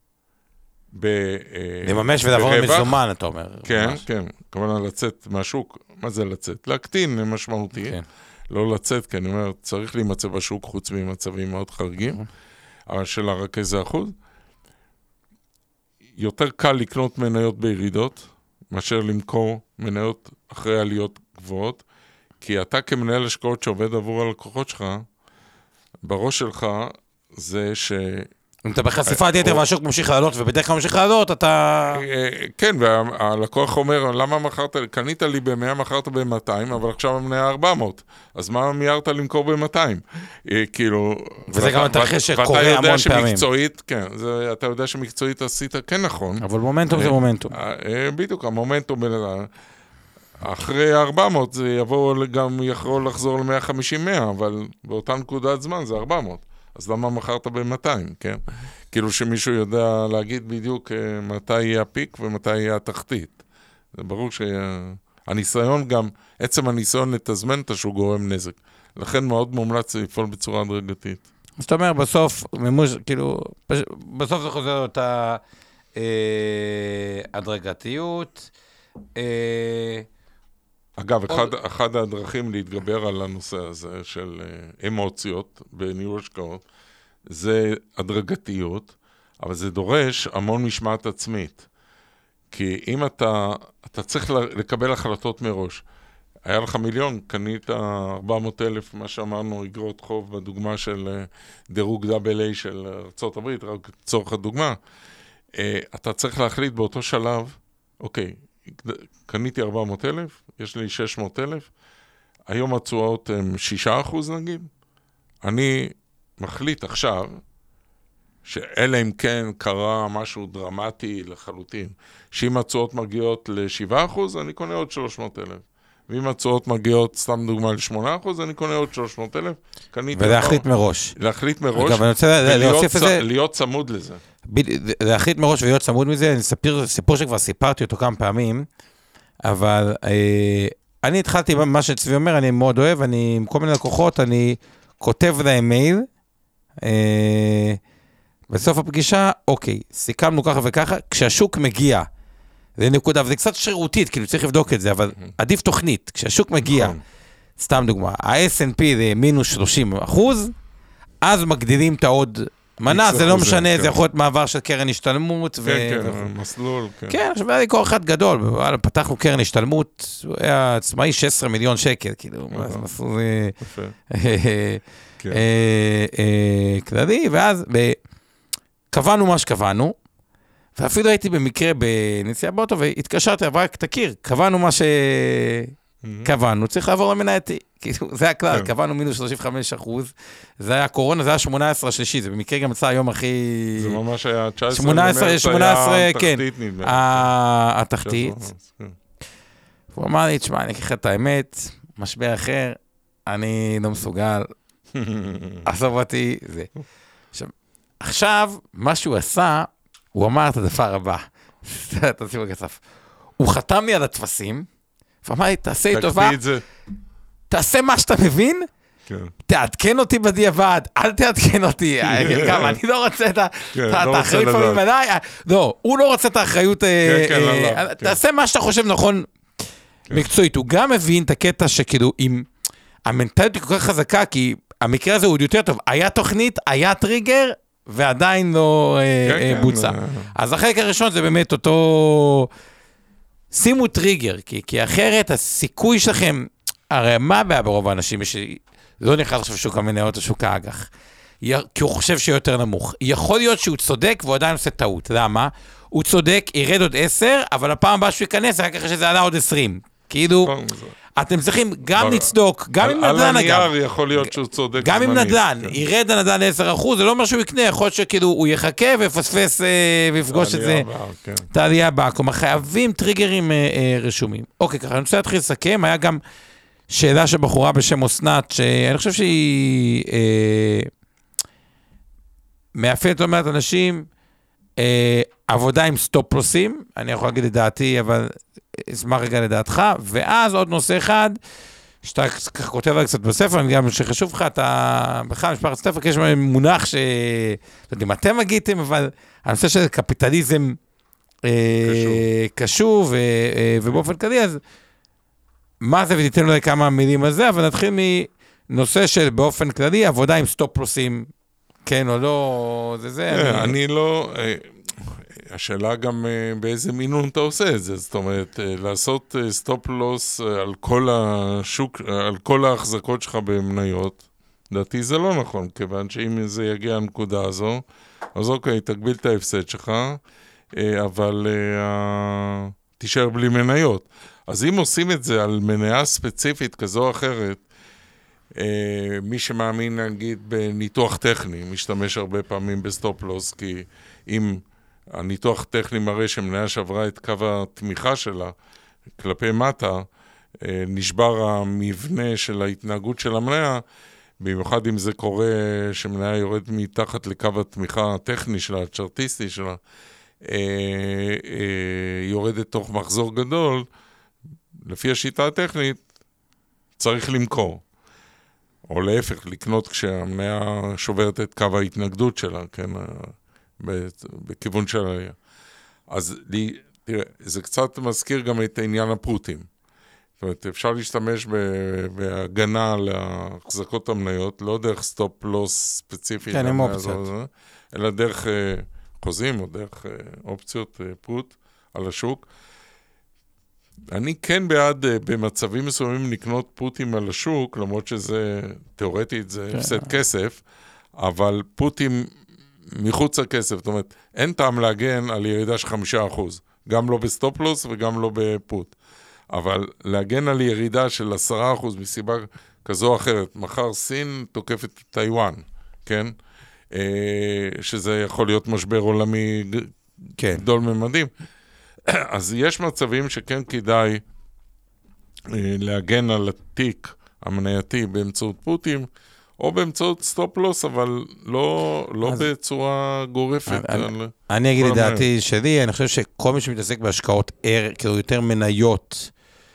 ולעבור למזומן, אתה אומר. כן, כן. כמובן לצאת מהשוק, מה זה לצאת? להקטין משמעותי. כן. לא לצאת, כי אני אומר, צריך להימצא בשוק חוץ ממצבים מאוד חריגים, אבל של לרכז האחוז. יותר קל לקנות מניות בירידות, מאשר למכור מניות אחרי עליות גבוהות, כי אתה כמנהל השקעות שעובד עבור הלקוחות שלך, בראש שלך זה ש... אם אתה בחשיפת יתר והשוק ממשיך לעלות, ובדרך כלל ממשיך לעלות, אתה... כן, והלקוח אומר, למה מכרת, קנית לי ב-100, מכרת ב-200, אבל עכשיו המניה 400, אז מה מיירת למכור ב-200? כאילו... וזה גם התרחש שקורה המון פעמים. ואתה יודע שמקצועית, כן, אתה יודע שמקצועית עשית כן נכון. אבל מומנטום זה מומנטום. בדיוק, המומנטום, אחרי 400 זה יבוא גם יכול לחזור ל-150-100, אבל באותה נקודת זמן זה 400. אז למה מכרת ב-200, כן? כאילו שמישהו יודע להגיד בדיוק מתי יהיה הפיק ומתי יהיה התחתית. זה ברור שהניסיון גם, עצם הניסיון לתזמן את השוק גורם נזק. לכן מאוד מומלץ לפעול בצורה הדרגתית. זאת אומרת, בסוף, מימוש, כאילו, בסוף זה חוזר אותה הדרגתיות. אגב, אחד הדרכים להתגבר על הנושא הזה של אמוציות בניהול השקעות, זה הדרגתיות, אבל זה דורש המון משמעת עצמית. כי אם אתה צריך לקבל החלטות מראש, היה לך 1,000,000, קנית 400,000, מה שאמרנו, אגרות חוב בדוגמה של דירוג AA של ארצות הברית, רק צורך הדוגמה, אתה צריך להחליט באותו שלב, אוקיי, קניתי 400,000, יש לי 600,000, היום התשואות הן 6% נגיד, אני מחליט עכשיו, שאלה אם כן קרה משהו דרמטי לחלוטין, שאם הצועות מגיעות ל7%, אני קונה עוד 300,000. ואם הצועות מגיעות, סתם דוגמה ל8%, אני קונה עוד 300,000. ולהחליט מראש. להחליט מראש, אגב, אני רוצה להוסיף את זה. להיות צמוד לזה. להחליט מראש ולהיות צמוד מזה, אני אספר סיפור שכבר סיפרתי אותו כמה פעמים, אבל אני התחלתי מה שצבי אומר, אני מאוד אוהב, אני עם כל מיני לקוחות, אני כותב להם מייל, בסוף הפגישה, אוקיי, סיכמנו ככה וככה, כשהשוק מגיע, זה נקודה, וזה קצת שרירותית, כאילו צריך לבדוק את זה, אבל עדיף תוכנית, כשהשוק מגיע, סתם דוגמה, ה-S&P זה מינוס 30%, אז מגדילים את העוד מנה, זה לא משנה, זה יכול להיות מעבר של קרן השתלמות. כן, מסלול. כן, עכשיו היה לי כוח אחד גדול, פתחנו קרן השתלמות, הוא היה עצמאי 16 מיליון שקל, כאילו, מסלול כללי, ואז קבענו מה שקבענו, ואפילו הייתי במקרה בנסיעה באוטו, והתקשרתי, אבל רק תכיר, קבענו מה שקבענו, צריך לעבור למנייתי. זה הכלל, קבענו מינוס 35%, זה היה קורונה, זה היה 18 השלישי, זה במקרה גם יצא היום הכי... זה ממש היה 18, כן, התחתית. הוא אמר לי, תשמע, אני אקח לך את האמת, משבר אחר, אני לא מסוגל, עזוב אותי, זה. עכשיו, מה שהוא עשה, הוא אמר את הדבר הבא, תשימו כסף, הוא חתם לי על התפסים, ואמר לי, תעשה לי טובה, תעשה מה שאתה מבין, תעדכן אותי בדיעבד, אל תעדכן אותי, גם אני לא רוצה את האחריות פעמים עליי, לא, הוא לא רוצה את האחריות, תעשה מה שאתה חושב נכון מקצועית, הוא גם מבין את הקטע שכאילו, אם המנטליות היא כל כך חזקה, כי המקרה הזה הוא יותר טוב, היה תוכנית, היה טריגר, ועדיין לא בוצע. אז החלק הראשון זה באמת אותו, שימו טריגר, כי אחרת הסיכוי שלכם, הרי מה הבעיה ברוב האנשים, לא נכנס עכשיו שוק המניות או שוק האג"ח, כי הוא חושב שיותר נמוך. יכול להיות שהוא צודק והוא עדיין עושה טעות. למה? הוא צודק, ירד עוד 10, אבל הפעם הבאה שהוא ייכנס, רק אחרי שזה עלה עוד 20. כאילו, אתם צריכים גם לצדוק, גם עם נדל"ן אגב. על הנייר יכול להיות שהוא צודק. גם עם נדל"ן, ירד הנדל"ן ל10%, זה לא מה שהוא יקנה, יכול להיות שכאילו הוא יחכה ויפספס ויפגוש את זה. את העלייה הבאה. כלומר, חייבים טריגרים רשומים. אוקיי, ככה, אני רוצה להתחיל לסכם, היה גם שאלה של בחורה בשם אסנת, שאני חושב שהיא מאפיינת לא מעט אנשים, עבודה עם סטופ-לוסים, אני יכול להגיד לדעתי, אבל אשמח רגע לדעתך, ואז עוד נושא אחד, שאתה כותב עליו קצת בספר, אני גם שחשוב לך, אתה בכלל משפחת סטפר, כי יש מונח לא יודעים, אתם מגיתם, אבל הנושא של קפיטליזם קשור, ובאופן כללי, אז מה זה, ותיתן לו כמה מילים על זה, אבל נתחיל מנושא של באופן כללי, עבודה עם סטופ-לוסים, כן או לא, זה. אני לא... השאלה גם באיזה מינון אתה עושה את זה, זאת אומרת, לעשות סטופ-לוס על כל השוק, על כל ההחזקות שלך במניות, לדעתי זה לא נכון, כיוון שאם זה יגיע לנקודה הזו, אז אוקיי, תגביל את ההפסד שלך, אבל תישאר בלי מניות. אז אם עושים את זה על מניה ספציפית כזו או אחרת, מי שמאמין נגיד בניתוח טכני, משתמש הרבה פעמים בסטופ-לוס, כי אם הניתוח טכני מראה שמניה שברה את קו התמיכה שלה כלפי מטה, נשבר המבנה של ההתנהגות של המניה, במיוחד אם זה קורה שמניה יורד מתחת לקו התמיכה הטכני שלה, הצ'רטיסטי שלה, יורדת תוך מחזור גדול, לפי השיטה הטכנית, צריך למכור. או להפך, לקנות כשהמניה שוברת את קו ההתנגדות שלה, כן, בכיוון של העלייה. אז תראה, זה קצת מזכיר גם את העניין הפרוטים. זאת אומרת, אפשר להשתמש בהגנה להחזקות המניות, לא דרך סטופ-לוס ספציפית, כן, עם אופציות. אלא דרך חוזים או דרך אופציות פרוט על השוק. אני כן בעד במצבים מסוימים לקנות פוטים על השוק, למרות שזה תיאורטית, זה הפסד כסף, אבל פוטים מחוץ לכסף, זאת אומרת, אין טעם להגן על ירידה של 5%, גם לא בסטופ-לוס וגם לא בפוט. אבל להגן על ירידה של 10% מסיבה כזו או אחרת, מחר סין תוקפת טיואן, כן? שזה יכול להיות משבר עולמי גדול ממדים. אז יש מצבים שכן כדאי להגן על התיק המנייתי באמצעות פוטים, או באמצעות סטופ-לוס, אבל לא בצורה גורפת. אני אגיד את דעתי שלי, אני חושב שכל מי שמתעסק בהשקעות כאילו יותר מניות,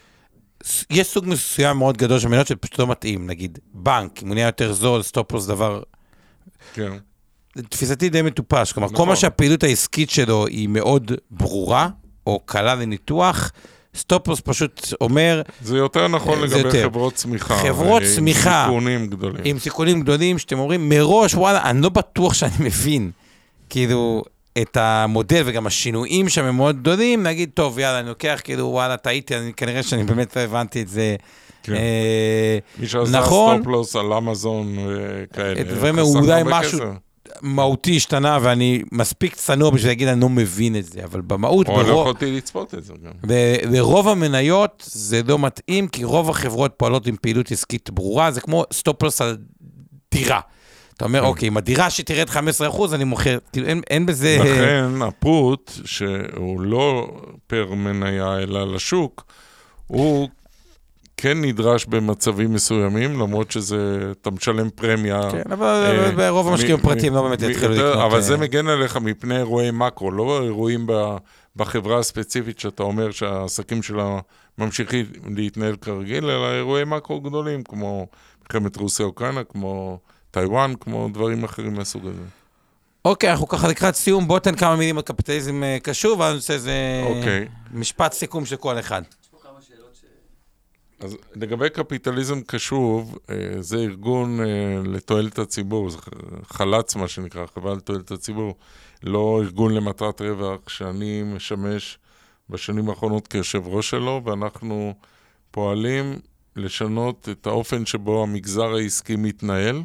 יש סוג מסוים מאוד גדול של מניות שפשוט לא מתאים, נגיד בנק, אם הוא נהיה יותר זול, סטופ-לוס דבר... כן. תפיסתי די מטופש, כלומר, כל מה שהפעילות העסקית שלו היא מאוד ברורה, או קלה לניתוח, סטופ-לוס פשוט אומר... זה יותר נכון לגבי חברות צמיחה. חברות צמיחה. עם סיכונים גדולים. עם סיכונים גדולים, שאתם אומרים, מראש, וואלה, אני לא בטוח שאני מבין, כאילו, את המודל וגם השינויים שם הם מאוד גדולים, נגיד, טוב, יאללה, אני לוקח, כאילו, וואלה, טעיתי, כנראה שאני באמת לא הבנתי את זה. כן. מי שעשה סטופ-לוס על אמזון וכאלה. דברים אולי משהו מהותי השתנה, ואני מספיק צנוע בשביל להגיד, אני לא מבין את זה, אבל במהות... או לא יכולתי לצפות את זה גם. לרוב המניות זה לא מתאים, כי רוב החברות פועלות עם פעילות עסקית ברורה, זה כמו סטופ-לוס על דירה. אתה אומר, אוקיי, אם הדירה שתרד 15%, אני מוכר, כאילו, אין בזה... לכן, הפוט, שהוא לא פר מניה, אלא לשוק, הוא כן נדרש במצבים מסוימים, למרות שזה, אתה משלם פרמיה... כן, אבל ברוב המשקיעים פרטיים לא באמת יתחילו לקנות... אבל זה מגן עליך מפני אירועי מקרו, לא אירועים בחברה הספציפית, שאתה אומר שהעסקים שלה ממשיכים להתנהל כרגיל, אלא אירועי מקרו גדולים, כמו מלחמת רוסיה-אוקראינה, כמו... טיואן, כמו דברים אחרים מהסוג הזה. אוקיי, אנחנו ככה לקראת סיום, בוא תן כמה מילים על קפיטליזם קשור, ואז נעשה איזה משפט סיכום של כל אחד. יש פה כמה שאלות אז לגבי קפיטליזם קשוב, זה ארגון לתועלת הציבור, זה חלץ מה שנקרא, חברה לתועלת הציבור, לא ארגון למטרת רווח, שאני משמש בשנים האחרונות כיושב ראש שלו, ואנחנו פועלים לשנות את האופן שבו המגזר העסקי מתנהל.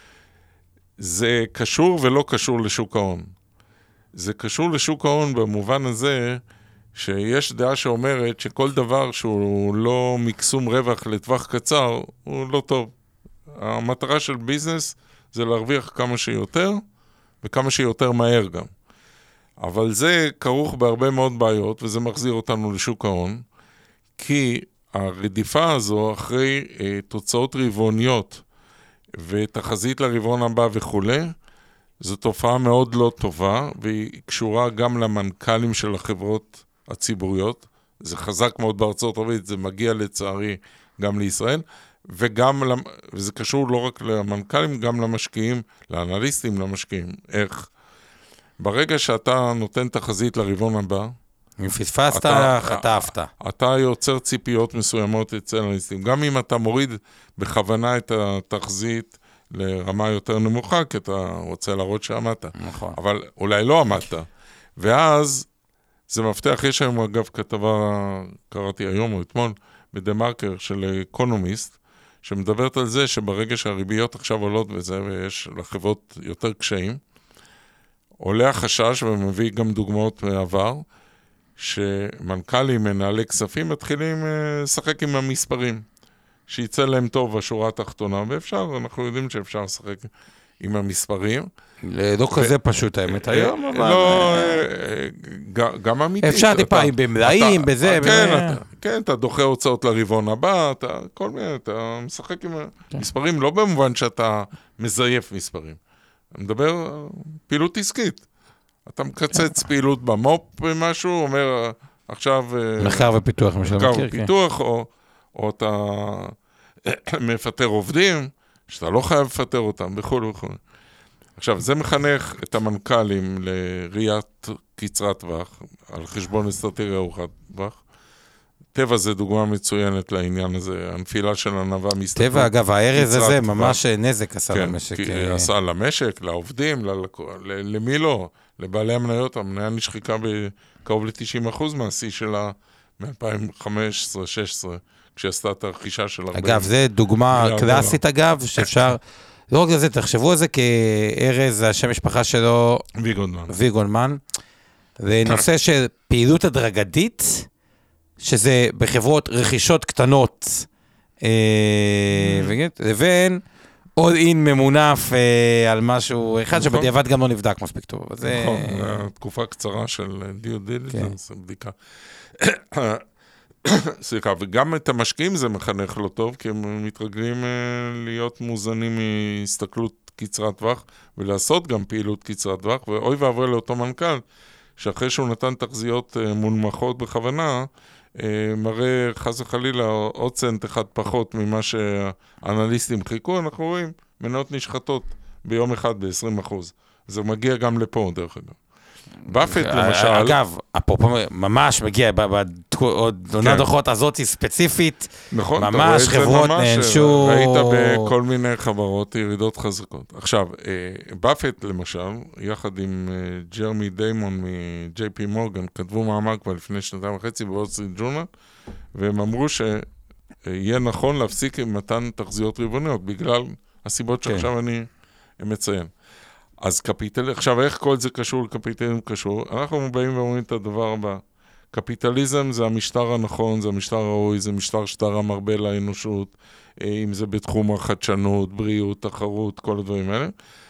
זה קשור ולא קשור לשוק ההון. זה קשור לשוק ההון במובן הזה שיש דעה שאומרת שכל דבר שהוא לא מקסום רווח לטווח קצר, הוא לא טוב. המטרה של ביזנס זה להרוויח כמה שיותר, וכמה שיותר מהר גם. אבל זה כרוך בהרבה מאוד בעיות, וזה מחזיר אותנו לשוק ההון, כי הרדיפה הזו אחרי תוצאות רבעוניות, ותחזית לרבעון הבא וכו', זו תופעה מאוד לא טובה, והיא קשורה גם למנכ"לים של החברות הציבוריות, זה חזק מאוד בארצות הברית, זה מגיע לצערי גם לישראל, וזה קשור לא רק למנכ"לים, גם למשקיעים, לאנליסטים, למשקיעים. איך? ברגע שאתה נותן תחזית לרבעון הבא, אם פספסת, חטפת. אתה יוצר ציפיות מסוימות אצל אנליסטים. גם אם אתה מוריד בכוונה את התחזית לרמה יותר נמוכה, כי אתה רוצה להראות שעמדת. נכון. אבל אולי לא עמדת. ואז זה מפתח, יש היום אגב כתבה, קראתי היום או אתמול, בדה-מרקר של אקונומיסט, שמדברת על זה שברגע שהריביות עכשיו עולות וזה, ויש לחברות יותר קשיים, עולה החשש, ומביא גם דוגמאות מעבר, שמנכ"לים, מנהלי כספים, מתחילים לשחק עם המספרים, שיצא להם טוב בשורה התחתונה, ואפשר, אנחנו יודעים שאפשר לשחק עם המספרים. לא כזה פשוט האמת היום, אבל... לא, גם אמיתי. אפשר טיפה עם במלאים, בזה. כן, אתה דוחה הוצאות לרבעון הבא, כל מיני, אתה משחק עם המספרים, לא במובן שאתה מזייף מספרים. אני מדבר פעילות עסקית. אתה מקצץ פעילות במופ ומשהו, אומר עכשיו... מחקר ופיתוח, מחקר ופיתוח, או אתה מפטר עובדים, שאתה לא חייב לפטר אותם, וכו' וכו'. עכשיו, זה מחנך את המנכ"לים לראיית קצרת טווח, על חשבון אסטרטגיה ארוכת טווח. טבע זה דוגמה מצוינת לעניין הזה, הנפילה של ענבה מסתכלות. טבע, אגב, הארז הזה ממש נזק עשה למשק. כן, עשה למשק, לעובדים, למי לא? לבעלי המניות, המניה נשחיקה בקרוב ל-90% מהשיא שלה מ-2015-2016, כשעשתה את הרכישה של 40. אגב, זה דוגמה קלאסית, אגב, שאפשר... לא רק לזה, תחשבו על זה, כי ארז, השם משפחה שלו... ויגונמן. ויגונמן. זה נושא של פעילות הדרגתית, שזה בחברות רכישות קטנות, לבין עוד אין ממונף על משהו אחד, שבדיעבד גם לא נבדק מספיק טוב. נכון, תקופה קצרה של דיו דיליג'נס, בדיקה. סליחה, וגם את המשקיעים זה מחנך לא טוב, כי הם מתרגלים להיות מוזנים מהסתכלות קצרת טווח, ולעשות גם פעילות קצרת טווח, ואוי ועברי לאותו מנכ"ל, שאחרי שהוא נתן תחזיות מונמכות בכוונה, מראה חס וחלילה עוד סנט אחד פחות ממה שהאנליסטים חיכו, אנחנו רואים מניות נשחטות ביום אחד ב-20%. זה מגיע גם לפה דרך אגב. באפט למשל... אגב, אפרופו ממש מגיע בעונה דוחות הזאת ספציפית, נכון, ממש חברות נענשו... ראית בכל מיני חברות ירידות חזקות. עכשיו, באפט למשל, יחד עם ג'רמי דיימון מ-JP מורגן, כתבו מאמר כבר לפני 2.5 בוול סטריט ג'ורנל, והם אמרו שיהיה נכון להפסיק עם מתן תחזיות רבעוניות, בגלל הסיבות שעכשיו אני מציין. אז עכשיו, איך כל זה קשור לקפיטליזם קשור? אנחנו באים ואומרים את הדבר הבא. קפיטליזם זה המשטר הנכון, זה המשטר הראוי, זה משטר שתרם הרבה לאנושות, אם זה בתחום החדשנות, בריאות, תחרות, כל הדברים האלה.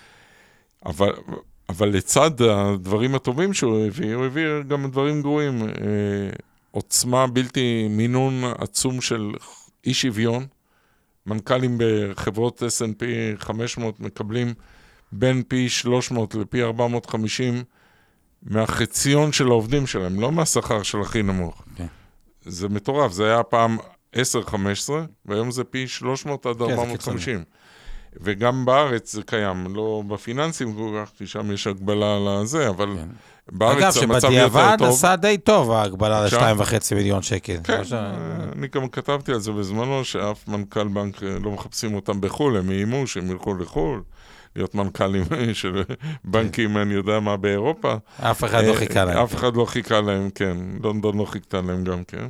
אבל לצד הדברים הטובים שהוא הביא, הוא הביא גם דברים גרועים. עוצמה בלתי מינון עצום של אי שוויון. מנכ"לים בחברות S&P 500 מקבלים בין פי 300 לפי 450 מהחציון של העובדים שלהם, לא מהשכר של הכי נמוך. Okay. זה מטורף, זה היה פעם 10-15, והיום זה פי 300 עד 450. וגם בארץ זה קיים, לא בפיננסים כל כך, כי שם יש הגבלה על זה, אבל בארץ המצב יותר טוב. אגב, שבדיעבד עשה די טוב ההגבלה ל-2.5 מיליון שקל. כן, אני גם כתבתי על זה בזמנו, שאף מנכ"ל בנק לא מחפשים אותם בחול, הם איימו שהם ילכו לחול. להיות מנכ"לים של בנקים, אני יודע מה, באירופה. אף אחד לא חיכה להם. אף אחד לא חיכה להם, כן. לונדון לא חיכתה להם גם, כן.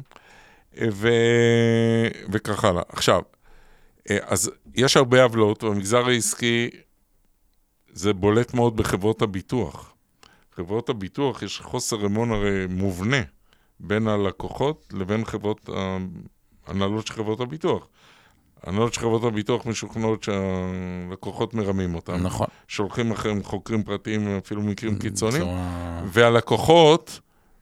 וכך הלאה. עכשיו, אז יש הרבה עוולות, במגזר העסקי זה בולט מאוד בחברות הביטוח. חברות הביטוח יש חוסר אמון הרי מובנה בין הלקוחות לבין חברות, הנהלות של חברות הביטוח. הנהלות של חברות הביטוח משוכנעות שהלקוחות מרמים אותם. נכון. שולחים אחרים חוקרים פרטיים, אפילו מקרים קיצוניים. והלקוחות,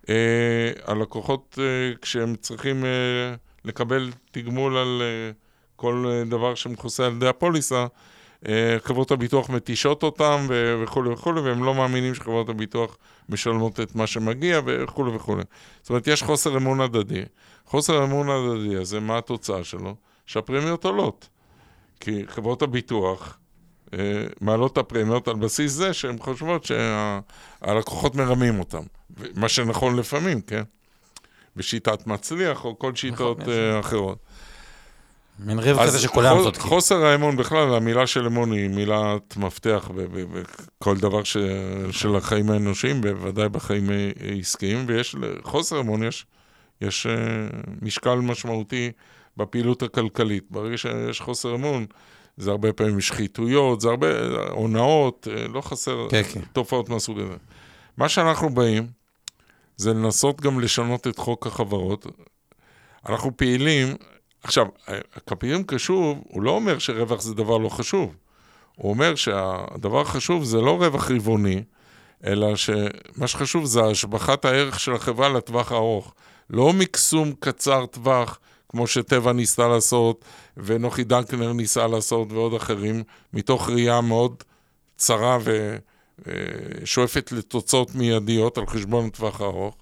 כשהם צריכים לקבל תגמול על כל דבר שמכוסה על ידי הפוליסה, חברות הביטוח מתישות אותם וכו' וכו', והם לא מאמינים שחברות הביטוח משלמות את מה שמגיע וכו' וכו'. זאת אומרת, יש חוסר אמון הדדי. חוסר אמון הדדי הזה, מה התוצאה שלו? שהפרמיות עולות. כי חברות הביטוח מעלות הפרמיות על בסיס זה שהן חושבות שהלקוחות מרמים אותם. מה שנכון לפעמים, כן? בשיטת מצליח או כל שיטות אחרות. מין ריב כזה שכולם זאת. חוסר האמון בכלל, המילה של אמון היא מילת מפתח בכל דבר של החיים האנושיים, בוודאי בחיים עסקיים, ויש חוסר אמון, יש משקל משמעותי בפעילות הכלכלית. ברגע שיש חוסר אמון, זה הרבה פעמים שחיתויות, זה הרבה הונאות, לא חסר תופעות מהסוג הזה. מה שאנחנו באים, זה לנסות גם לשנות את חוק החברות. אנחנו פעילים, עכשיו, הקפיטליזם קשוב, הוא לא אומר שרווח זה דבר לא חשוב. הוא אומר שהדבר החשוב זה לא רווח רבעוני, אלא שמה שחשוב זה השבחת הערך של החברה לטווח הארוך. לא מקסום קצר טווח, כמו שטבע ניסה לעשות, ונוחי דנקנר ניסה לעשות, ועוד אחרים, מתוך ראייה מאוד צרה ושואפת לתוצאות מיידיות על חשבון לטווח הארוך.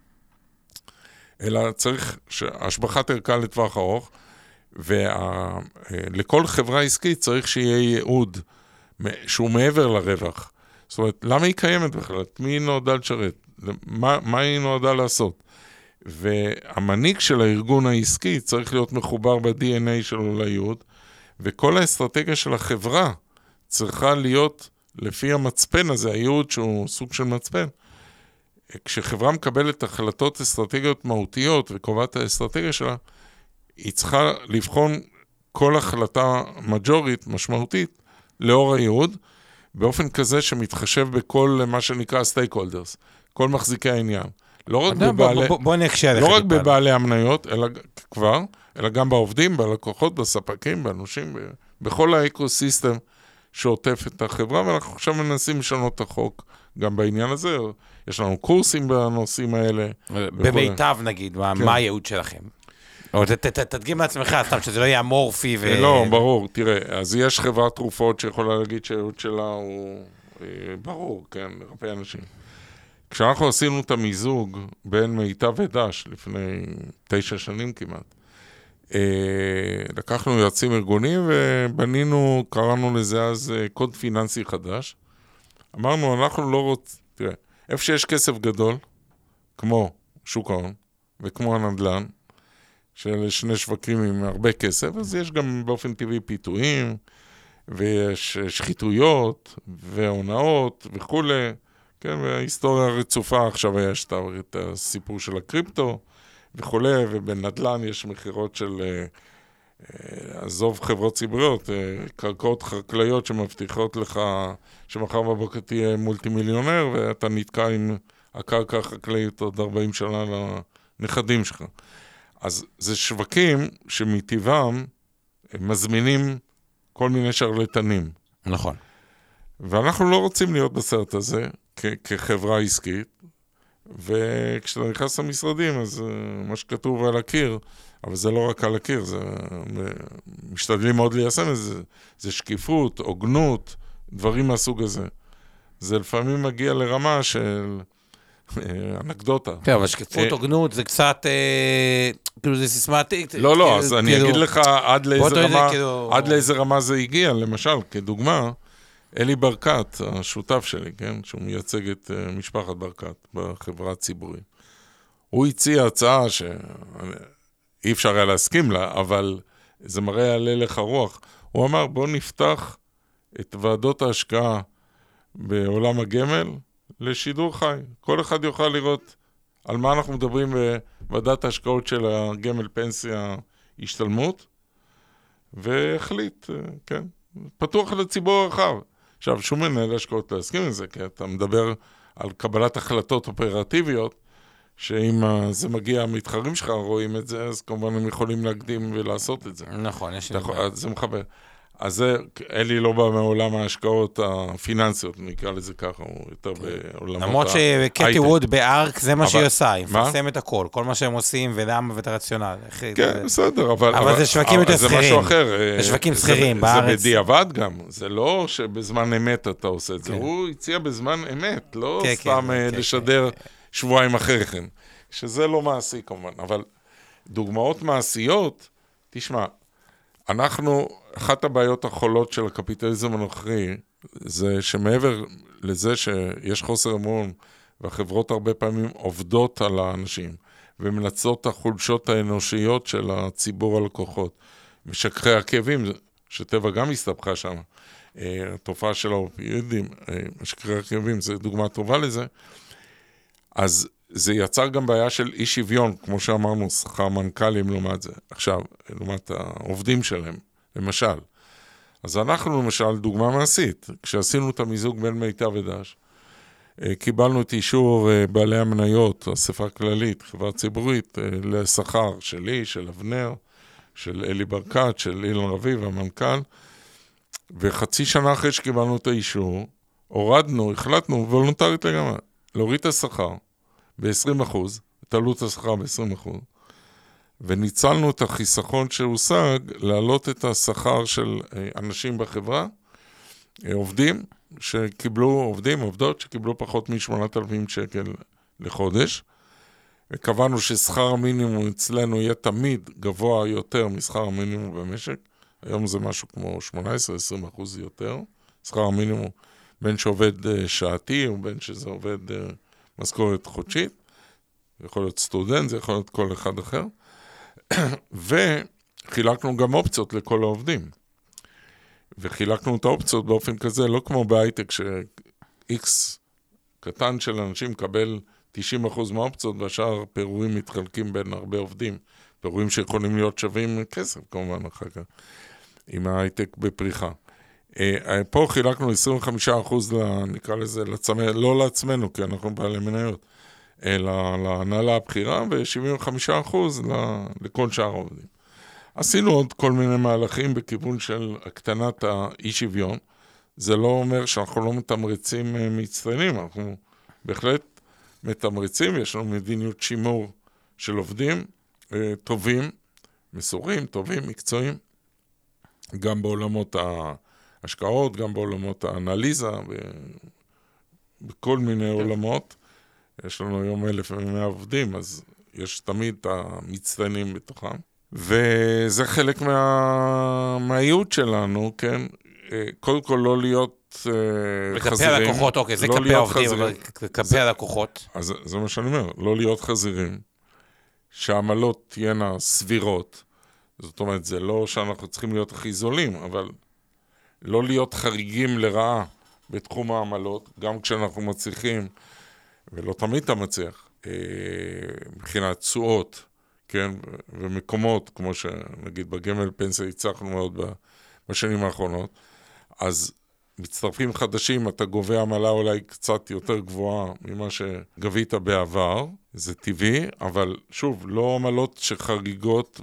אלא צריך השבחת ערכה לטווח ארוך, ולכל חברה עסקית צריך שיהיה ייעוד שהוא מעבר לרווח. זאת אומרת, למה היא קיימת בכלל? מי היא נועדה לשרת? מה היא נועדה לעשות? והמנהיג של הארגון העסקי צריך להיות מחובר ב-DNA שלו לייעוד, וכל האסטרטגיה של החברה צריכה להיות לפי המצפן הזה, הייעוד שהוא סוג של מצפן. כשחברה מקבלת החלטות אסטרטגיות מהותיות וקובעת האסטרטגיה שלה, היא צריכה לבחון כל החלטה מג'ורית, משמעותית, לאור הייעוד, באופן כזה שמתחשב בכל מה שנקרא stakeholders, כל מחזיקי העניין. לא רק בבעלי המניות, אלא גם בעובדים, בלקוחות, בספקים, באנושים, בכל האקוסיסטם שעוטף את החברה, ואנחנו עכשיו מנסים לשנות את החוק גם בעניין הזה. יש לנו קורסים בנושאים האלה. במיטב נגיד, מה הייעוד שלכם? או תדגים לעצמך, סתם שזה לא יהיה אמורפי לא, ברור, תראה, אז יש חברת תרופות שיכולה להגיד שהייעוד שלה הוא ברור, כן, הרבה אנשים. כשאנחנו עשינו את המיזוג בין מיטב ודש, לפני 9 שנים כמעט, לקחנו יועצים ארגונים ובנינו, קראנו לזה אז קוד פיננסי חדש. אמרנו, אנחנו לא רוצים, תראה, איפה שיש כסף גדול, כמו שוק ההון וכמו הנדל"ן, של שני שווקים עם הרבה כסף, אז יש גם באופן טבעי פיתויים, ויש שחיתויות, והונאות וכו'. כן, וההיסטוריה הרצופה, עכשיו יש את הסיפור של הקריפטו וכו', ובנדל"ן יש מחירות של, עזוב חברות ציבוריות, קרקעות חקלאיות שמבטיחות לך שמחר בבוקר תהיה מולטי מיליונר, ואתה נתקע עם הקרקע החקלאית עוד 40 שנה לנכדים שלך. אז זה שווקים שמטבעם מזמינים כל מיני שרלטנים. נכון. ואנחנו לא רוצים להיות בסרט הזה כחברה עסקית, וכשאתה נכנס למשרדים, אז מה שכתוב על הקיר, אבל זה לא רק על הקיר, זה משתדלים מאוד ליישם את זה, זה שקיפות, עוגנות, דברים מהסוג הזה. זה לפעמים מגיע לרמה של אנקדוטה. כן, אבל שקיפות, עוגנות, זה קצת, כאילו זה סיסמטית. לא, אז אני אגיד לך עד לאיזה רמה זה הגיע, למשל, כדוגמה, אלי ברקת, השותף שלי, כן, שהוא מייצג את משפחת ברקת בחברה הציבורית. הוא הציע הצעה שאי אפשר היה להסכים לה, אבל זה מראה על הלך הרוח. הוא אמר, בוא נפתח את ועדות ההשקעה בעולם הגמל לשידור חי. כל אחד יוכל לראות על מה אנחנו מדברים בוועדת ההשקעות של הגמל פנסיה השתלמות, והחליט, כן, פתוח לציבור הרחב. עכשיו, שום מנהל השקעות להסכים עם זה, כי אתה מדבר על קבלת החלטות אופרטיביות, שאם זה מגיע המתחרים שלך, רואים את זה, אז כמובן הם יכולים להקדים ולעשות את זה. נכון, יש לי זה מחבר. אז זה, אלי לא בא מעולם ההשקעות הפיננסיות, נקרא לזה ככה, הוא יותר בעולמות למרות שקטי ווד בארק, זה מה שהיא עושה, היא מפרסם את הכל, כל מה שהם עושים, ולמה ואת הרציונל. כן, בסדר, אבל זה שווקים יותר סחירים. זה משהו אחר. זה שווקים סחירים בארץ. זה בדיעבד גם, זה לא שבזמן אמת אתה עושה את זה, הוא הציע בזמן אמת, לא סתם לשדר שבועיים אחרי כן, שזה לא מעשי כמובן, אבל דוגמאות מעשיות, תשמע, אחת הבעיות החולות של הקפיטליזם הנוכחי, זה שמעבר לזה שיש חוסר אמון, והחברות הרבה פעמים עובדות על האנשים, ומנצלות את החולשות האנושיות של הציבור הלקוחות. משככי הכאבים, שטבע גם הסתבכה שם, התופעה של האופיאידים, משככי הכאבים, זו דוגמה טובה לזה, אז זה יצר גם בעיה של אי שוויון, כמו שאמרנו, שכר מנכ"לים לעומת זה. עכשיו, לעומת העובדים שלהם, למשל. אז אנחנו, למשל, דוגמה מעשית, כשעשינו את המיזוג בין מיטב ודש, קיבלנו את אישור בעלי המניות, אספה כללית, חברה ציבורית, לשכר שלי, של אבנר, של אלי ברקת, של אילן רביב, המנכ"ל, וחצי שנה אחרי שקיבלנו את האישור, החלטנו וולונטרית לגמרי, להוריד את השכר, ב-20%, את עלות השכר ב-20%, וניצלנו את החיסכון שהושג, להעלות את השכר של אנשים בחברה, עובדים עובדות שקיבלו פחות מ-8,000 שקל לחודש, וקבענו ששכר המינימום אצלנו יהיה תמיד גבוה יותר משכר המינימום במשק, היום זה משהו כמו 18-20% יותר, שכר המינימום בין שעובד שעתי, או בין שזה עובד משכורת חודשית, זה יכול להיות סטודנט, זה יכול להיות כל אחד אחר, וחילקנו גם אופציות לכל העובדים. וחילקנו את האופציות באופן כזה, לא כמו בהייטק, ש-X קטן של אנשים מקבל 90% מהאופציות, והשאר פירורים מתחלקים בין הרבה עובדים, פירורים שיכולים להיות שווים כסף, כמובן, אחר כך, עם ההייטק בפריחה. פה חילקנו 25% נקרא לזה, לא לעצמנו, כי אנחנו בעלי מניות, אלא להנהלה הבחירה, ו-75% לכל שאר העובדים. עשינו עוד כל מיני מהלכים בכיוון של הקטנת האי שוויון. זה לא אומר שאנחנו לא מתמרצים מצטיינים, אנחנו בהחלט מתמרצים, יש לנו מדיניות שימור של עובדים טובים, מסורים, טובים, מקצועיים, גם בעולמות ההשקעות, גם בעולמות האנליזה, בכל מיני עולמות. יש לנו היום 1,100 עובדים, אז יש תמיד את המצטיינים בתוכם. וזה חלק מהייעוד שלנו, כן? קודם כל לא להיות חזירים. וכפי הלקוחות, אוקיי, זה כפי העובדים, אבל כפי הלקוחות. אז זה מה שאני אומר, לא להיות חזירים, שהעמלות תהיינה סבירות, זאת אומרת, זה לא שאנחנו צריכים להיות הכי זולים, אבל לא להיות חריגים לרעה בתחום העמלות, גם כשאנחנו מצליחים, ולא תמיד אתה מצליח, מבחינת תשואות, כן, ומקומות, כמו שנגיד בגמל פנסיה הצלחנו מאוד בשנים האחרונות, אז מצטרפים חדשים, אתה גובה עמלה אולי קצת יותר גבוהה ממה שגבית בעבר, זה טבעי, אבל שוב, לא עמלות שחריגות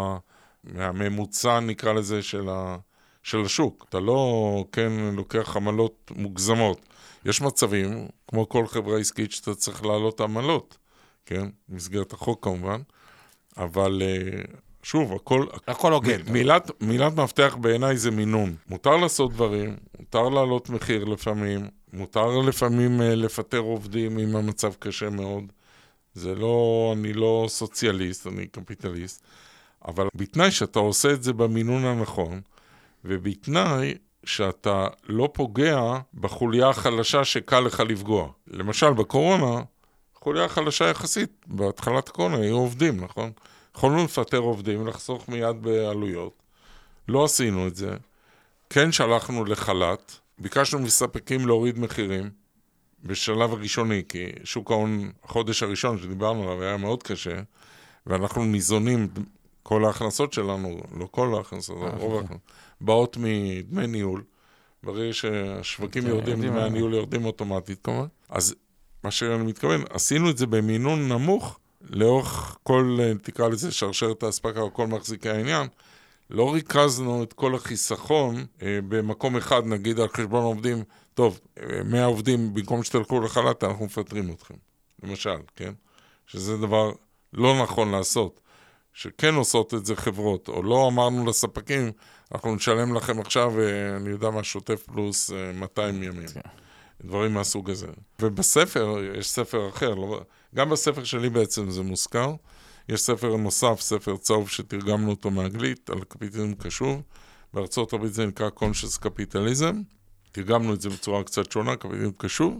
מהממוצע, נקרא לזה, של השוק. אתה לא, כן, לוקח עמלות מוגזמות. יש מצבים, כמו כל חברה עסקית, שאתה צריך לעלות עמלות, כן, במסגרת החוק כמובן, אבל שוב, הכל הוגן. מילת מפתח בעיניי זה מינון. מותר לעשות דברים, מותר לעלות מחיר לפעמים, מותר לפעמים לפטר עובדים אם המצב קשה מאוד. זה לא, אני לא סוציאליסט, אני קפיטליסט, אבל בתנאי שאתה עושה את זה במינון הנכון, ובתנאי שאתה לא פוגע בחוליה החלשה שקל לך לפגוע. למשל, בקורונה, חוליה חלשה יחסית, בהתחלת הקורונה היו עובדים, נכון? יכולנו לפטר עובדים, לחסוך מיד בעלויות. לא עשינו את זה. כן שלחנו לחל"ת, ביקשנו מספקים להוריד מחירים, בשלב הראשוני, כי שוק ההון, החודש הראשון שדיברנו עליו, היה מאוד קשה, ואנחנו ניזונים, כל ההכנסות שלנו, לא כל ההכנסות, רוב ההכנסות, באות מדמי ניהול, ברגע שהשווקים יורדים, דמי הניהול יורדים אוטומטית, כמובן. אז מה שאני מתכוון, עשינו את זה במינון נמוך, לאורך כל, תקרא לזה, שרשרת ההספקה או כל מחזיקי העניין, לא ריכזנו את כל החיסכון במקום אחד, נגיד על חשבון עובדים, טוב, 100 עובדים, במקום שתלכו לחל"ת, אנחנו מפטרים אתכם, למשל, כן? שזה דבר לא נכון לעשות, שכן עושות את זה חברות, או לא אמרנו לספקים, אנחנו נשלם לכם עכשיו, אני יודע מה, שוטף פלוס 200 ימים. דברים מהסוג הזה. ובספר, יש ספר אחר, גם בספר שלי בעצם זה מוזכר, יש ספר נוסף, ספר צהוב שתרגמנו אותו מאנגלית, על קפיטליזם קשוב, בארצות הברית זה נקרא Conscious Capitalism, תרגמנו את זה בצורה קצת שונה, קפיטליזם קשוב,